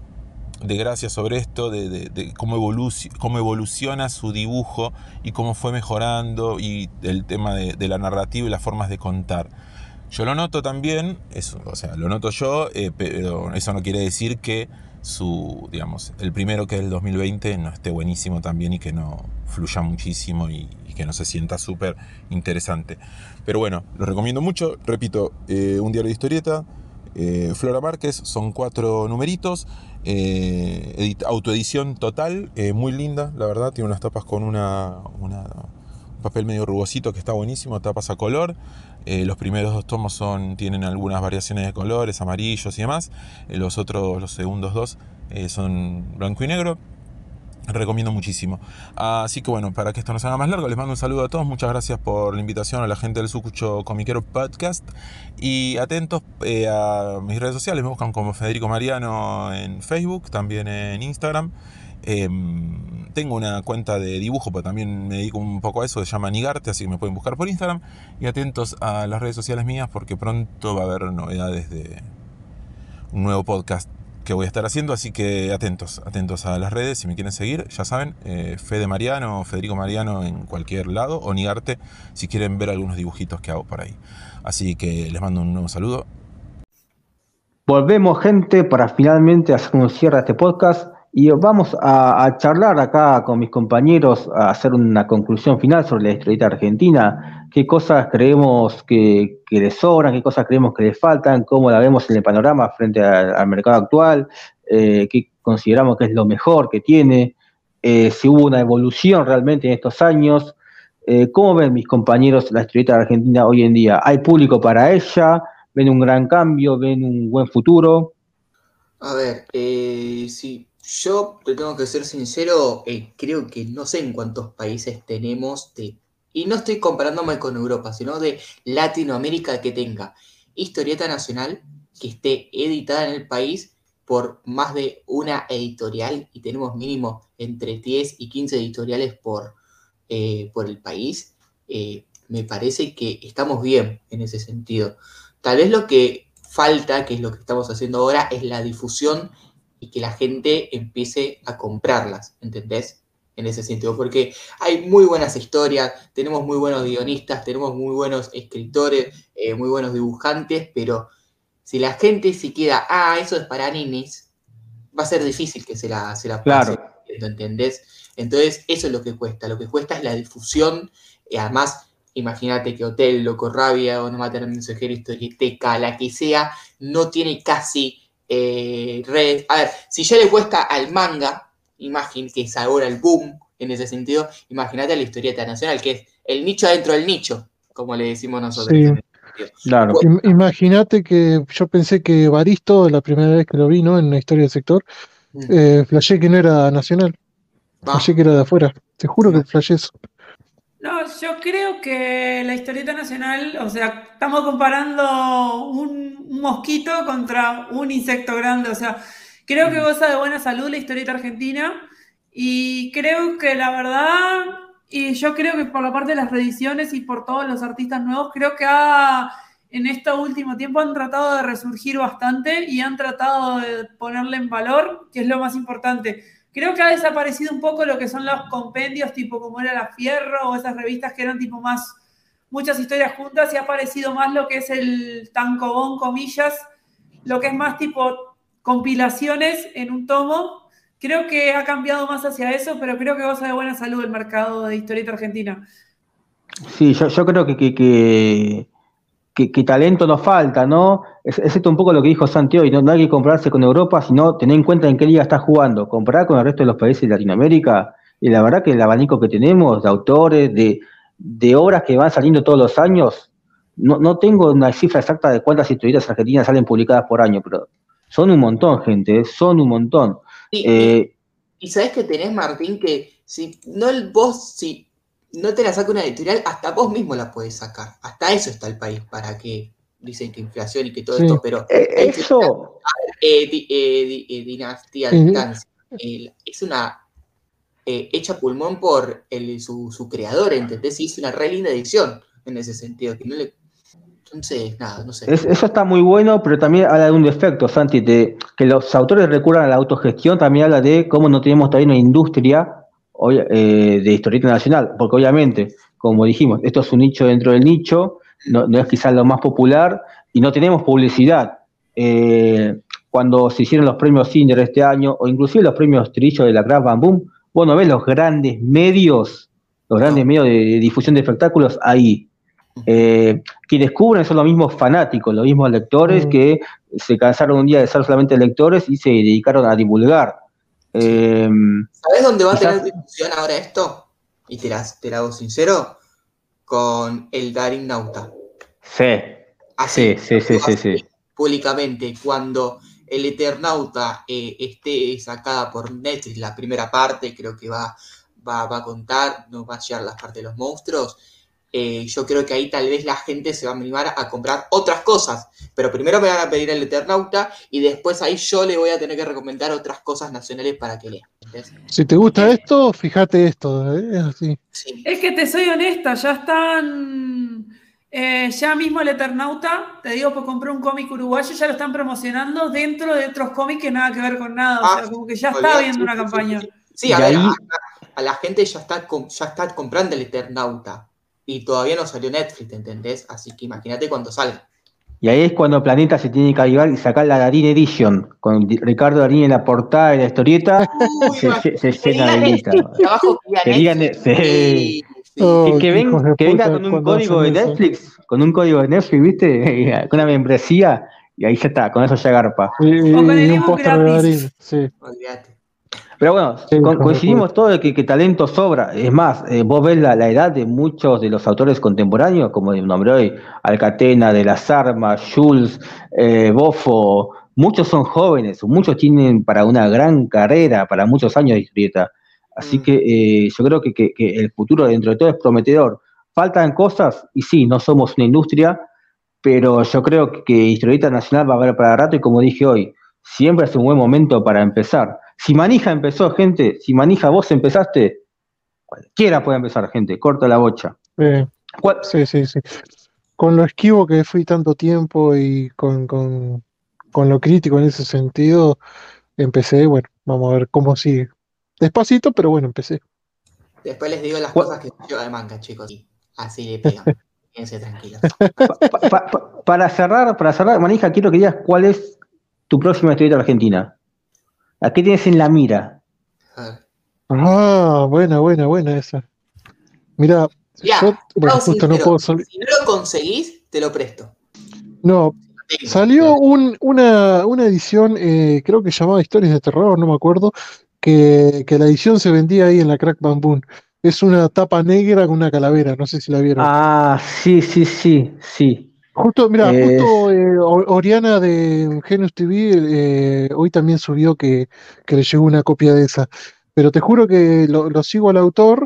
de gracia sobre esto, de, de, de cómo, evoluci- cómo evoluciona su dibujo y cómo fue mejorando, y el tema de, de la narrativa y las formas de contar. Yo lo noto también, eso, o sea, lo noto yo, eh, pero eso no quiere decir que su, digamos, el primero, que es el dos mil veinte, no esté buenísimo también y que no fluya muchísimo y, y que no se sienta súper interesante. Pero bueno, lo recomiendo mucho. Repito, eh, un diario de historieta, eh, Flora Márquez, son cuatro numeritos, eh, edit- autoedición total, eh, muy linda, la verdad, tiene unas tapas con una... una papel medio rugosito que está buenísimo, tapas a color. Eh, los primeros dos tomos son, tienen algunas variaciones de colores, amarillos y demás. Eh, los otros, los segundos dos, eh, son blanco y negro. Recomiendo muchísimo. Así que bueno, para que esto no se haga más largo, les mando un saludo a todos. Muchas gracias por la invitación a la gente del Sucucho Comiquero Podcast. Y atentos eh, a mis redes sociales. Me buscan como Federico Mariano en Facebook, también en Instagram. Eh, tengo una cuenta de dibujo, pero también me dedico un poco a eso, se llama Nigarte, así que me pueden buscar por Instagram. Y atentos a las redes sociales mías, porque pronto va a haber novedades de un nuevo podcast que voy a estar haciendo, así que atentos, atentos a las redes. Si me quieren seguir, ya saben, eh, Fede Mariano, Federico Mariano en cualquier lado, o Nigarte si quieren ver algunos dibujitos que hago por ahí. Así que les mando un nuevo saludo. Volvemos, gente, para finalmente hacer un cierre a este podcast. Y vamos a, a charlar acá con mis compañeros, a hacer una conclusión final sobre la historieta argentina, qué cosas creemos que, que les sobran, qué cosas creemos que les faltan, cómo la vemos en el panorama frente al, al mercado actual, eh, qué consideramos que es lo mejor que tiene, eh, si hubo una evolución realmente en estos años, eh, cómo ven mis compañeros la historieta argentina hoy en día. ¿Hay público para ella? ¿Ven un gran cambio? ¿Ven un buen futuro? A ver, eh, sí. Yo te tengo que ser sincero, eh, creo que no sé en cuántos países tenemos, de, y no estoy comparándome con Europa, sino de Latinoamérica, que tenga historieta nacional que esté editada en el país por más de una editorial, y tenemos mínimo entre diez y quince editoriales por, eh, por el país. Eh, me parece que estamos bien en ese sentido. Tal vez lo que falta, que es lo que estamos haciendo ahora, es la difusión y que la gente empiece a comprarlas, ¿entendés? En ese sentido, porque hay muy buenas historias, tenemos muy buenos guionistas, tenemos muy buenos escritores, eh, muy buenos dibujantes, pero si la gente se queda, ah, eso es para nenes, va a ser difícil que se la, se la pase, Claro. ¿entendés? Entonces, eso es lo que cuesta, lo que cuesta es la difusión, y además, imagínate que Hotel, Loco Rabia, o No Matar al Mensajero, Historieteca, la que sea, no tiene casi... Eh, redes. A ver, si ya le cuesta al manga, imagín que es ahora el boom en ese sentido, imagínate a la historieta nacional, que es el nicho adentro del nicho, como le decimos nosotros. Sí, claro. Imagínate que yo pensé que Baristo, la primera vez que lo vi, ¿no? En la historia del sector, Mm. eh, flashé que no era nacional, flashé que era de afuera, te juro que flashé eso. No, yo creo que la historieta nacional, o sea, estamos comparando un, un mosquito contra un insecto grande, o sea, creo que goza de buena salud la historieta argentina y creo que la verdad, y yo creo que por la parte de las reediciones y por todos los artistas nuevos, creo que ha, en este último tiempo han tratado de resurgir bastante y han tratado de ponerle en valor, que es lo más importante. Creo que ha desaparecido un poco lo que son los compendios, tipo como era La Fierro, o esas revistas que eran tipo más, muchas historias juntas, y ha aparecido más lo que es el tankobón, comillas, lo que es más tipo compilaciones en un tomo. Creo que ha cambiado más hacia eso, pero creo que goza de buena salud el mercado de historieta argentina. Sí, yo, yo creo que, que, que, que, que talento nos falta, ¿no? Es, es esto un poco lo que dijo Santi hoy, ¿no? No hay que compararse con Europa, sino tener en cuenta en qué liga está jugando, comparar con el resto de los países de Latinoamérica, y la verdad que el abanico que tenemos de autores, de, de obras que van saliendo todos los años, no, no tengo una cifra exacta de cuántas historietas argentinas salen publicadas por año, pero son un montón, gente, son un montón. Sí, Eh, y, y sabés que tenés, Martín, que si no el vos, si no te la saca una editorial, hasta vos mismo la podés sacar. Hasta eso está el país, para que dicen que inflación y que todo Sí. esto, pero Eh, hay eso. eh, di- eh, di- eh, dinastía Sí. de distancia. Eh, es una eh, hecha pulmón por el, su, su creador, ¿entendés? Y es una re linda edición en ese sentido. Que no le... Entonces, nada, no sé. Es- eso está muy bueno, pero también habla de un defecto, Santi, de que los autores recurran a la autogestión, también habla de cómo no tenemos todavía una industria hoy, eh, de historieta nacional, porque obviamente, como dijimos, esto es un nicho dentro del nicho, no, no es quizás lo más popular y no tenemos publicidad. Eh, cuando se hicieron los premios Cinder este año, o inclusive los premios Trillo de la Craft Bam Boom, vos no ves los grandes medios, los grandes no. medios de, de difusión de espectáculos ahí. Eh, quienes cubren son los mismos fanáticos, los mismos lectores mm. que se cansaron un día de ser solamente lectores y se dedicaron a divulgar. Eh, ¿Sabés dónde va quizás... a tener discusión ahora esto? Y te la, te la hago sincero, con el Daring Nauta. Sí, así, sí, sí, sí, sí, sí. Públicamente, cuando el Eternauta eh, esté sacada por Netflix, la primera parte, creo que va, va, va a contar, nos va a llegar la parte de los monstruos. Eh, yo creo que ahí tal vez la gente se va a animar a comprar otras cosas, pero primero me van a pedir el Eternauta y después ahí yo le voy a tener que recomendar otras cosas nacionales para que lea. ¿Entendés? Si te gusta eh, esto, fíjate esto, ¿eh? Así. Sí. Es que te soy honesta, ya están, eh, ya mismo el Eternauta, te digo, pues compré un cómic uruguayo, ya lo están promocionando dentro de otros cómics que nada que ver con nada, ah, o sea, como que ya está habiendo una campaña. Sí, sí, sí a ver, ahí... a, a la gente ya está, ya está comprando el Eternauta. Y todavía no salió Netflix, ¿entendés? Así que imagínate cuando salga. Y ahí es cuando Planeta se tiene que avivar y sacar la Darín Edition, con Ricardo Darín en la portada de la historieta. Uy, se, se, se llena de guita. Que digan, sí, sí. Oh, que, ven, que venga con un código de Netflix, eso. con un código de Netflix, ¿viste? Con una membresía, y ahí ya está, con eso ya garpa. Y, y, y un póster de Darín, sí. Olvídate. Pero bueno, sí, con, coincidimos todos que, que talento sobra. Es más, eh, vos ves la, la edad de muchos de los autores contemporáneos, como nombré hoy, Alcatena, De las Armas, Jules, eh, Bofo, muchos son jóvenes, muchos tienen para una gran carrera, para muchos años de historieta. Así mm. que eh, yo creo que, que, que el futuro dentro de todo es prometedor. Faltan cosas, y sí, no somos una industria, pero yo creo que, que Historieta Nacional va a haber para rato, y como dije hoy, siempre es un buen momento para empezar. Si Manija empezó, gente, si Manija vos empezaste, cualquiera puede empezar, gente, corta la bocha. Eh, sí, sí, sí. Con lo esquivo que fui tanto tiempo y con, con, con lo crítico en ese sentido, empecé, bueno, vamos a ver cómo sigue. Despacito, pero bueno, empecé. Después les digo las cosas que yo de manga, chicos, y así le pegan. Quédense tranquilos. Pa, pa, pa, para cerrar, para cerrar, Manija, quiero que digas cuál es tu próxima historieta argentina. ¿A qué tienes en la mira? Ah, buena, buena, buena esa. Mira, ya, yo bueno, justo sincero, no puedo sol- Si no lo conseguís, te lo presto. No, salió un, una, una edición, eh, creo que llamaba Historias de Terror, no me acuerdo, que, que la edición se vendía ahí en la Crack Bamboo. Es una tapa negra con una calavera, no sé si la vieron. Ah, sí, sí, sí, sí. Justo, mira, eh... justo eh, Oriana de Genus T V eh, hoy también subió que, que le llegó una copia de esa. Pero te juro que lo, lo sigo al autor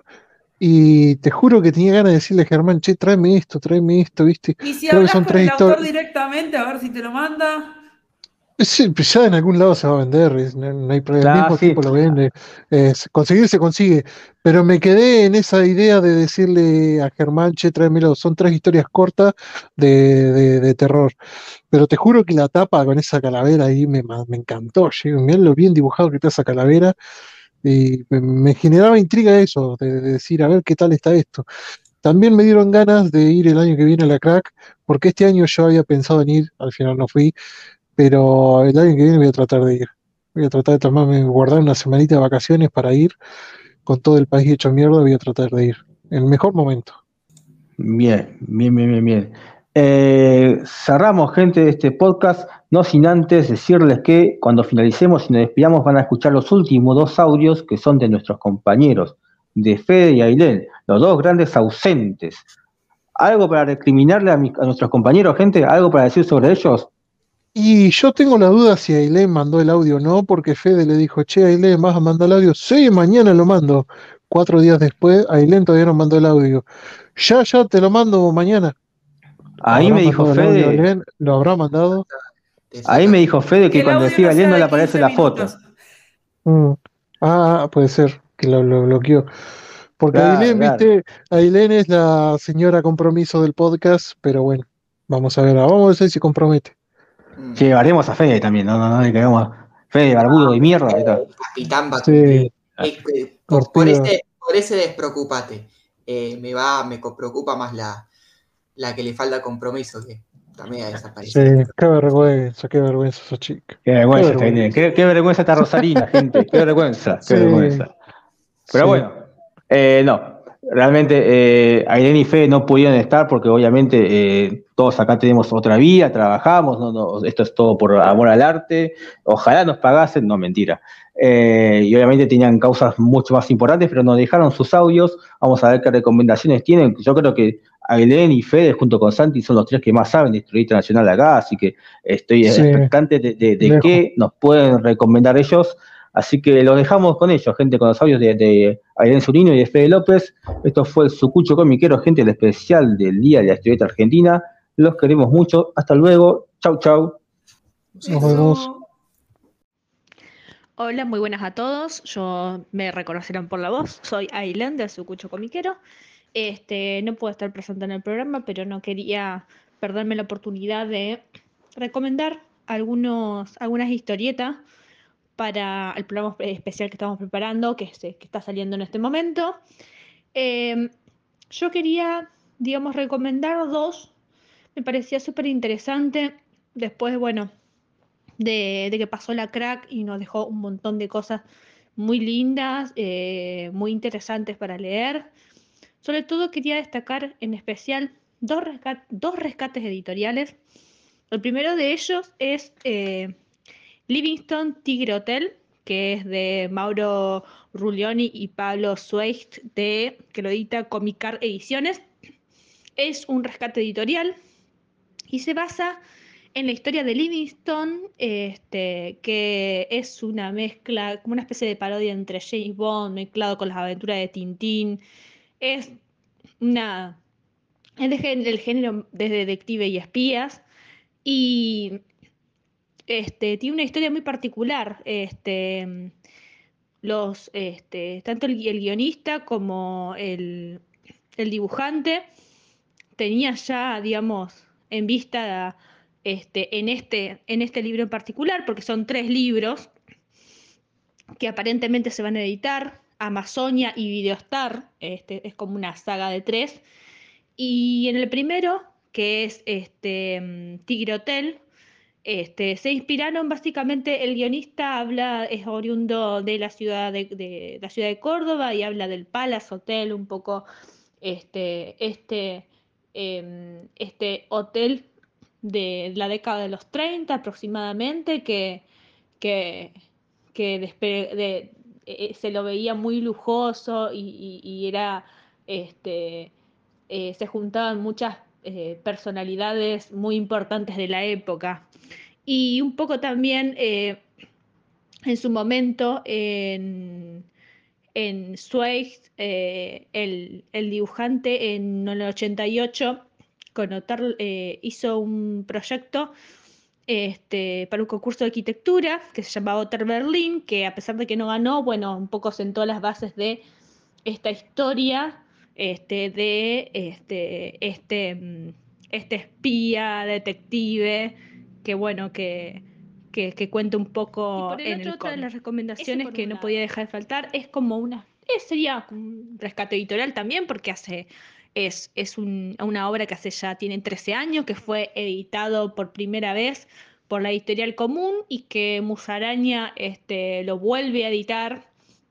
y te juro que tenía ganas de decirle a Germán, che, tráeme esto, tráeme esto, ¿viste? Y si Creo hablas que son con tres el autor histori- directamente, a ver si te lo manda. Sí, pues ya en algún lado se va a vender, no, no hay problema, el mismo sí. tipo lo vende, eh, conseguir se consigue, pero me quedé en esa idea de decirle a Germán, che, tráemelo, son tres historias cortas de, de, de terror, pero te juro que la tapa con esa calavera ahí me, me encantó, mirá lo bien dibujado que está esa calavera, y me, me generaba intriga eso, de, de decir, a ver qué tal está esto. También me dieron ganas de ir el año que viene a la Crack, porque este año yo había pensado en ir, al final no fui, pero el año que viene voy a tratar de ir. Voy a tratar de tomarme, guardar una semanita de vacaciones para ir. Con todo el país hecho mierda, voy a tratar de ir. En el mejor momento. Bien, bien, bien, bien, bien. Eh, cerramos, gente, de este podcast, no sin antes decirles que cuando finalicemos y nos despidamos van a escuchar los últimos dos audios que son de nuestros compañeros, de Fede y Ailén, los dos grandes ausentes. ¿Algo para recriminarle a, mi, a nuestros compañeros, gente? ¿Algo para decir sobre ellos? Y yo tengo la duda si Ailén mandó el audio o no, porque Fede le dijo, che, Ailén, ¿vas a mandar el audio? Sí, mañana lo mando. Cuatro días después, Ailén todavía no mandó el audio. Ya, ya, te lo mando mañana. Ahí me dijo Fede. Audio, Ailén? ¿Lo habrá mandado? Ahí me dijo Fede que cuando decía Ailén no le aparece la foto. Mm. Ah, puede ser, que lo, lo bloqueó. Porque claro, Ailén, claro. viste, Ailén es la señora compromiso del podcast, pero bueno, vamos a ver, vamos a ver si se compromete. Llevaremos a Fede también, no, no, no le caigamos. Fede, barbudo de mierda. El capitán va a sí. eh, por, por, ese, por ese despreocupate. Eh, me va, me preocupa más la, la que le falta compromiso, que también ha Sí, desaparecido. qué vergüenza, qué vergüenza esa chica. Qué Qué vergüenza esta vergüenza. Ailén, qué, qué vergüenza esta Rosarina, gente, qué vergüenza, qué Sí, vergüenza. Pero sí. bueno, eh, no, realmente eh, Ailén y Fede no pudieron estar porque obviamente eh, todos acá tenemos otra vida, trabajamos, no, no, esto es todo por amor al arte, ojalá nos pagasen, no, mentira. Eh, y obviamente tenían causas mucho más importantes, pero nos dejaron sus audios, vamos a ver qué recomendaciones tienen. Yo creo que Ailén y Fede junto con Santi son los tres que más saben de historia internacional acá, así que estoy Sí, expectante de, de, de lejos. qué nos pueden recomendar ellos. Así que los dejamos con ellos, gente, con los audios de, de Ailén Zunino y de Fede López. Esto fue el Sucucho Comiquero, gente, el especial del Día de la Historieta Argentina. Los queremos mucho. Hasta luego. Chau, chau. Nos vemos. Eso. Hola, muy buenas a todos. Yo me reconocerán por la voz. Soy Ailén del Sucucho Comiquero. Este, no puedo estar presente en el programa, pero no quería perderme la oportunidad de recomendar algunos, algunas historietas para el programa especial que estamos preparando, que, se- que está saliendo en este momento. Eh, yo quería, digamos, recomendar dos. Me parecía súper interesante. Después, bueno, de, de que pasó la crack y nos dejó un montón de cosas muy lindas, eh, muy interesantes para leer. Sobre todo quería destacar en especial dos, resca- dos rescates editoriales. El primero de ellos es eh, Livingston Tigre Hotel, que es de Mauro Ruglioni y Pablo Zweigt, de, que lo edita Comicar Ediciones. Es un rescate editorial y se basa en la historia de Livingston, este, que es una mezcla, como una especie de parodia entre James Bond mezclado con las aventuras de Tintín. Es una, es de gen- del género de detective y espías y este, tiene una historia muy particular. Este, los, este, tanto el, el guionista como el, el dibujante tenía ya, digamos, en vista este, en este, en este libro en particular, porque son tres libros que aparentemente se van a editar, Amazonia y Videostar, este, es como una saga de tres, y en el primero, que es este, mm, Tigre Hotel, este, se inspiraron básicamente, el guionista habla, es oriundo de la ciudad de, de- la ciudad de Córdoba y habla del Palace Hotel, un poco este, este, em, este hotel de la década de los treinta aproximadamente, que, que, que despe- de- eh, se lo veía muy lujoso y, y- y era, este, eh, se juntaban muchas eh, personalidades muy importantes de la época. Y un poco también eh, en su momento en, en Zweig, eh, el, el dibujante en el ochenta y ocho con Otar, eh, hizo un proyecto este, para un concurso de arquitectura que se llamaba Otter Berlin, que a pesar de que no ganó, bueno, un poco sentó las bases de esta historia este, de este, este, mm, este espía, detective, que bueno, que, que, que cuenta un Y poco por el en otro, el otra de las cómic. Eso recomendaciones por que un no lado. podía dejar de faltar es como una, eh, sería un rescate editorial también, porque hace, es, es un- una obra que hace ya, tiene trece años, que fue editado por primera vez por la editorial Común y que Musaraña este, lo vuelve a editar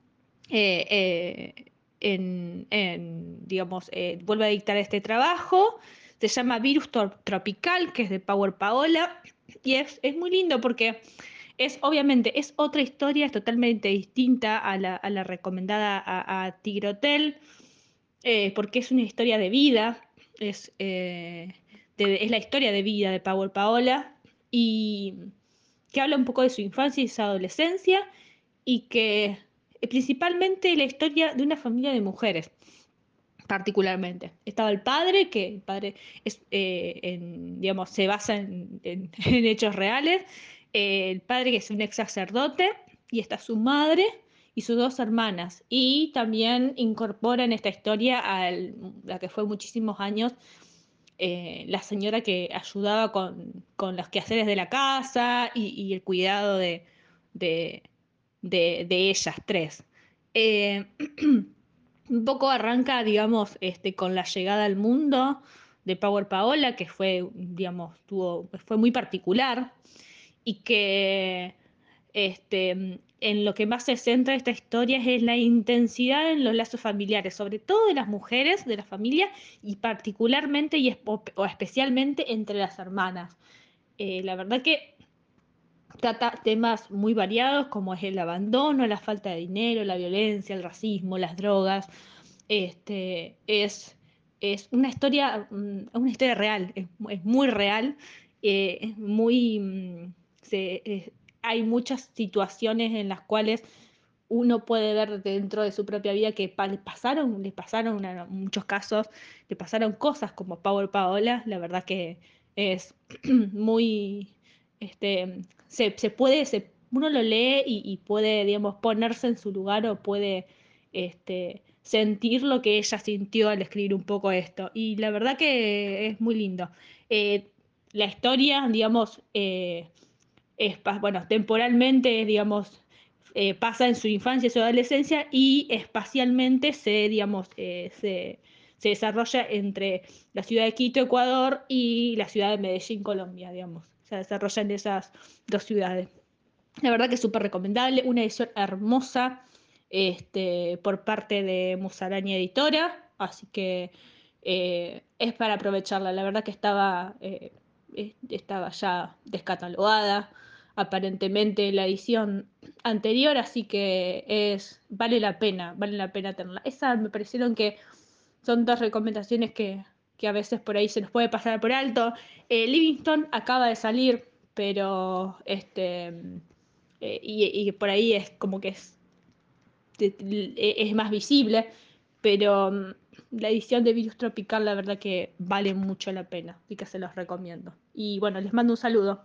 eh, eh, en, en, digamos, eh, vuelve a dictar este trabajo. Se llama Virus Tor- Tropical, que es de Power Paola, y es, es muy lindo porque es, obviamente, es otra historia, es totalmente distinta a la, a la recomendada a, a Tigre Hotel, eh, porque es una historia de vida, es, eh, de- es la historia de vida de Power Paola, y que habla un poco de su infancia y su adolescencia, y que eh, principalmente la historia de una familia de mujeres, particularmente. Estaba el padre, que el padre es, eh, en, digamos, se basa en, en- en hechos reales, eh, el padre que es un ex sacerdote, y está su madre y sus dos hermanas, y también incorpora en esta historia a la que fue muchísimos años eh, la señora que ayudaba con, con los quehaceres de la casa y, y el cuidado de, de, de- de ellas tres. Eh, un poco arranca, digamos, este, con la llegada al mundo de Power Paola, que fue, digamos, tuvo, fue muy particular y que este, en lo que más se centra esta historia es la intensidad en los lazos familiares, sobre todo de las mujeres de la familia y particularmente y o, o especialmente entre las hermanas. Eh, la verdad que trata temas muy variados como es el abandono, la falta de dinero, la violencia, el racismo, las drogas. Este, es, es una historia, mm, una historia real, es, es muy real, eh, es muy, mm, se- eh, hay muchas situaciones en las cuales uno puede ver dentro de su propia vida que pa- le pasaron, le pasaron a muchos casos, le pasaron cosas como Power Paola, la verdad que es muy, este, se, se puede, se, uno lo lee y, y puede, digamos, ponerse en su lugar o puede, este, sentir lo que ella sintió al escribir un poco esto. Y la verdad que es muy lindo. Eh, la historia, digamos, eh, es, pa- bueno, temporalmente, digamos, eh, pasa en su infancia y su adolescencia y espacialmente se, digamos, eh, se, se desarrolla entre la ciudad de Quito, Ecuador, y la ciudad de Medellín, Colombia, digamos. Se desarrolla en esas dos ciudades. La verdad que es súper recomendable, una edición hermosa este, por parte de Musaraña Editora, así que eh, es para aprovecharla. La verdad que estaba, eh, eh, estaba ya descatalogada, aparentemente la edición anterior, así que es, vale la pena, vale la pena tenerla. Esas me parecieron que son dos recomendaciones que, que a veces por ahí se nos puede pasar por alto. Eh, Livingston acaba de salir, pero este eh, y, y por ahí es como que es, es más visible, pero mm, la edición de Virus Tropical la verdad que vale mucho la pena y que se los recomiendo. Y bueno, les mando un saludo.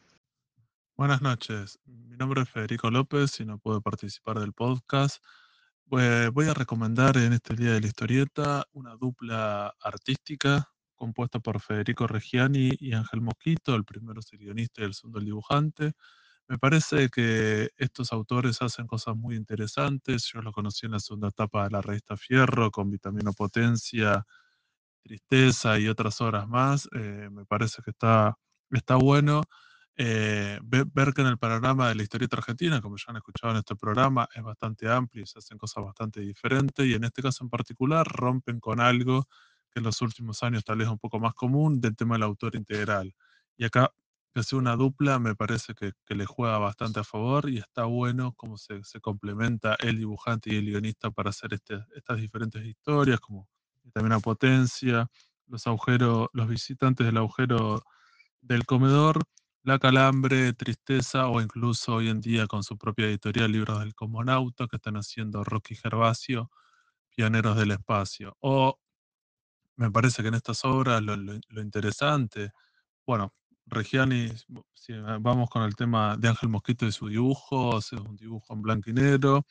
Buenas noches, mi nombre es Federico López y no puedo participar del podcast. Pues voy a recomendar en este día de la historieta una dupla artística compuesta por Federico Reggiani y Ángel Mosquito, el primero es el guionista y el segundo el dibujante. Me parece que estos autores hacen cosas muy interesantes. Yo los conocí en la segunda etapa de la revista Fierro con Vitamina Potencia, Tristeza y otras obras más. Eh, me parece que está, está bueno eh, ve- ver que en el panorama de la historieta argentina, como ya han escuchado en este programa, es bastante amplio y se hacen cosas bastante diferentes y en este caso en particular rompen con algo que en los últimos años tal vez es un poco más común del tema del autor integral. Y acá que sea una dupla me parece que, que le juega bastante a favor y está bueno cómo se, se complementa el dibujante y el guionista para hacer este- estas diferentes historias, como también a Potencia, los agujeros, los visitantes del agujero del comedor, La Calambre, Tristeza o incluso hoy en día con su propia editorial Libros del Cosmonauta que están haciendo Rocky Gervasio, Pioneros del Espacio. O me parece que en estas obras lo, lo- lo interesante, bueno, Reggiani, si vamos con el tema de Ángel Mosquito y su dibujo, es un dibujo en blanco y negro,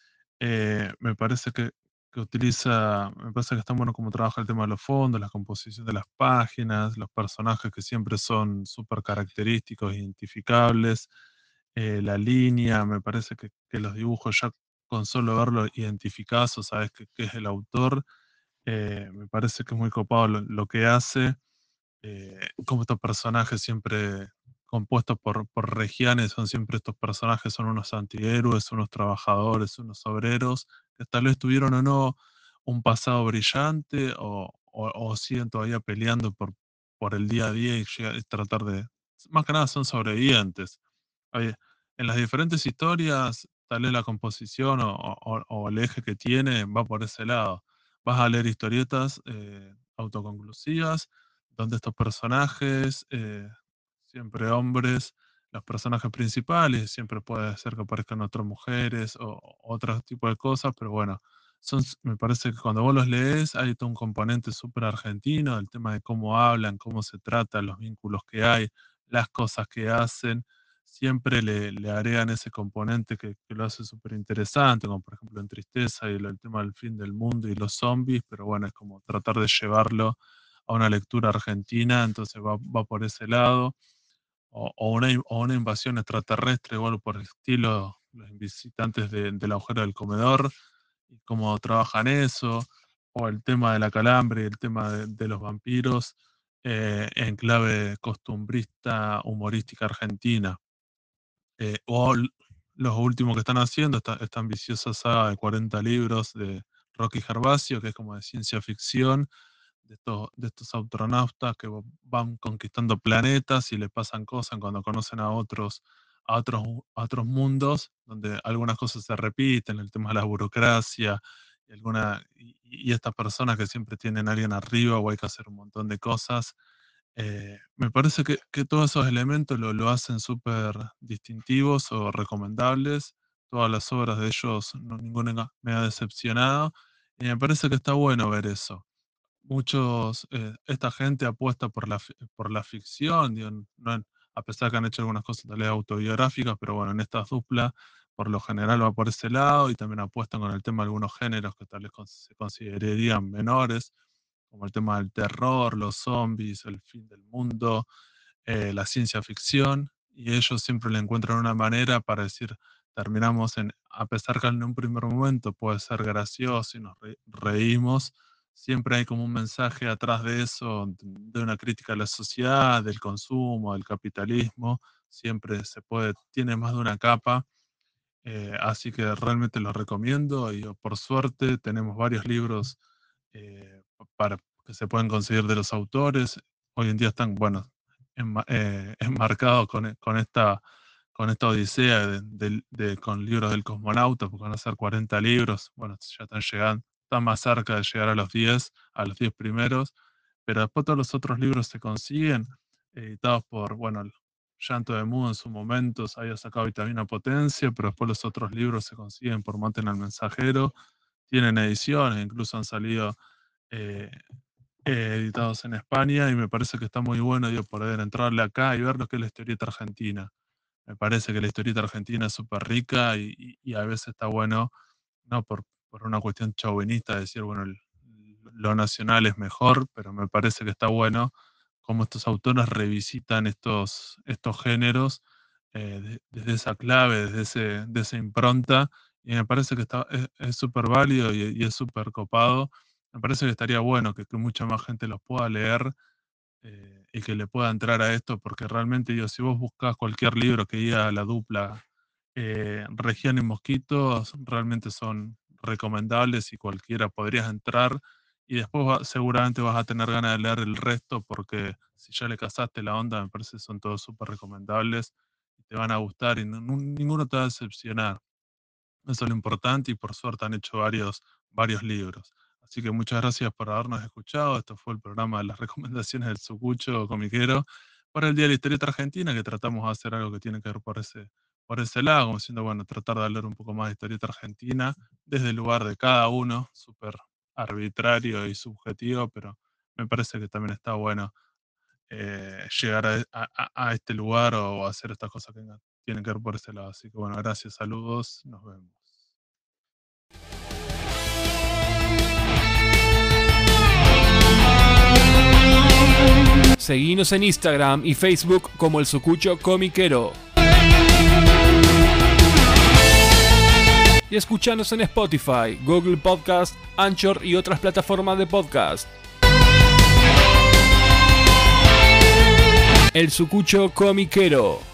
eh, me parece que, que utiliza, me parece que está bueno cómo trabaja el tema de los fondos, la composición de las páginas, los personajes que siempre son súper característicos, identificables, eh, la línea, me parece que, que los dibujos ya con solo verlo identificás o sabes que, que es el autor, eh, me parece que es muy copado lo, lo que hace eh, como estos personajes siempre compuestos por, por regiones, son siempre estos personajes, son unos antihéroes, unos trabajadores, unos obreros, que tal vez tuvieron o no un pasado brillante o, o, o siguen todavía peleando por, por el día a día y, llega- y tratar de, más que nada son sobrevivientes. Oye, en las diferentes historias, tal vez la composición o, o- o el eje que tiene va por ese lado. Vas a leer historietas eh, autoconclusivas donde estos personajes, eh, siempre hombres, los personajes principales, siempre puede ser que aparezcan otras mujeres o, o otro tipo de cosas, pero bueno, son, me parece que cuando vos los lees hay todo un componente súper argentino, el tema de cómo hablan, cómo se tratan, los vínculos que hay, las cosas que hacen, siempre le, le agregan ese componente que, que lo hace súper interesante, como por ejemplo en Tristeza y el, el tema del fin del mundo y los zombies, pero bueno, es como tratar de llevarlo a una lectura argentina, entonces va, va por ese lado, o, o una, in- o una invasión extraterrestre, igual por el estilo, los visitantes de- del agujero del comedor, y cómo trabajan eso. o el tema de la calambre y el tema de, de los vampiros eh, en clave costumbrista, humorística argentina. Eh, o los últimos que están haciendo, esta, esta ambiciosa saga de cuarenta libros de Rocky Gervasio, que es como de ciencia ficción, de estos, de estos astronautas que van conquistando planetas y les pasan cosas cuando conocen a otros, a otros, a otros mundos, donde algunas cosas se repiten, el tema de la burocracia, y, alguna, y, y estas personas que siempre tienen a alguien arriba o hay que hacer un montón de cosas. Eh, me parece que, que todos esos elementos lo, lo hacen súper distintivos o recomendables. Todas las obras de ellos, no, ninguna me ha decepcionado. Y me parece que está bueno ver eso. Muchos, eh, esta gente apuesta por la, por la ficción, digo, no, a pesar que han hecho algunas cosas tal vez autobiográficas, pero bueno, en estas duplas por lo general va por ese lado y también apuestan con el tema de algunos géneros que tal vez se considerarían menores, como el tema del terror, los zombies, el fin del mundo, eh, la ciencia ficción, y ellos siempre le encuentran una manera para decir, terminamos en, a pesar que en un primer momento puede ser gracioso y nos re reímos, siempre hay como un mensaje atrás de eso, de una crítica a la sociedad, del consumo, del capitalismo, siempre se puede, tiene más de una capa, eh, así que realmente lo recomiendo, y por suerte tenemos varios libros eh, para que se pueden conseguir de los autores. Hoy en día están, bueno, enma eh, enmarcados con, con, esta, con esta odisea de, de, de, con libros del cosmonauta, porque van a ser cuarenta libros, bueno, ya están llegando, están más cerca de llegar a los diez, a los diez primeros, pero después todos los otros libros se consiguen, editados por, bueno, el Llanto de Mudo en su momento había sacado Vitamina Potencia, pero después los otros libros se consiguen por Maten al Mensajero, tienen ediciones, incluso han salido eh, eh, editados en España, y me parece que está muy bueno, digo, poder entrarle acá y ver lo que es la historieta argentina. Me parece que la historieta argentina es súper rica y, y, y a veces está bueno, no por, por una cuestión chauvinista, decir, bueno, el, lo nacional es mejor, pero me parece que está bueno cómo estos autores revisitan estos, estos géneros eh, de, desde esa clave, desde ese, de esa impronta, y me parece que está, es súper válido y, y es súper copado. Me parece que estaría bueno que, que mucha más gente los pueda leer eh, y que le pueda entrar a esto, porque realmente, digo, si vos buscás cualquier libro que diga la dupla eh, Región y Mosquitos, realmente son recomendables y cualquiera podrías entrar, y después va, seguramente vas a tener ganas de leer el resto, porque si ya le casaste la onda, me parece que son todos súper recomendables y te van a gustar y no, no, ninguno te va a decepcionar. Eso es lo importante, y por suerte han hecho varios, varios libros. Así que muchas gracias por habernos escuchado. Esto fue el programa de las recomendaciones del Sucucho Comiquero para el Día de la Historieta Argentina, que tratamos de hacer algo que tiene que ver por ese, por ese lado, como diciendo, bueno, tratar de hablar un poco más de historieta argentina desde el lugar de cada uno, súper arbitrario y subjetivo, pero me parece que también está bueno eh, llegar a, a, a este lugar o hacer estas cosas que tienen que ver por ese lado. Así que bueno, gracias, saludos, nos vemos. Seguinos en Instagram y Facebook como El Sucucho Comiquero. Y escuchanos en Spotify, Google Podcast, Anchor y otras plataformas de podcast. El Sucucho Comiquero.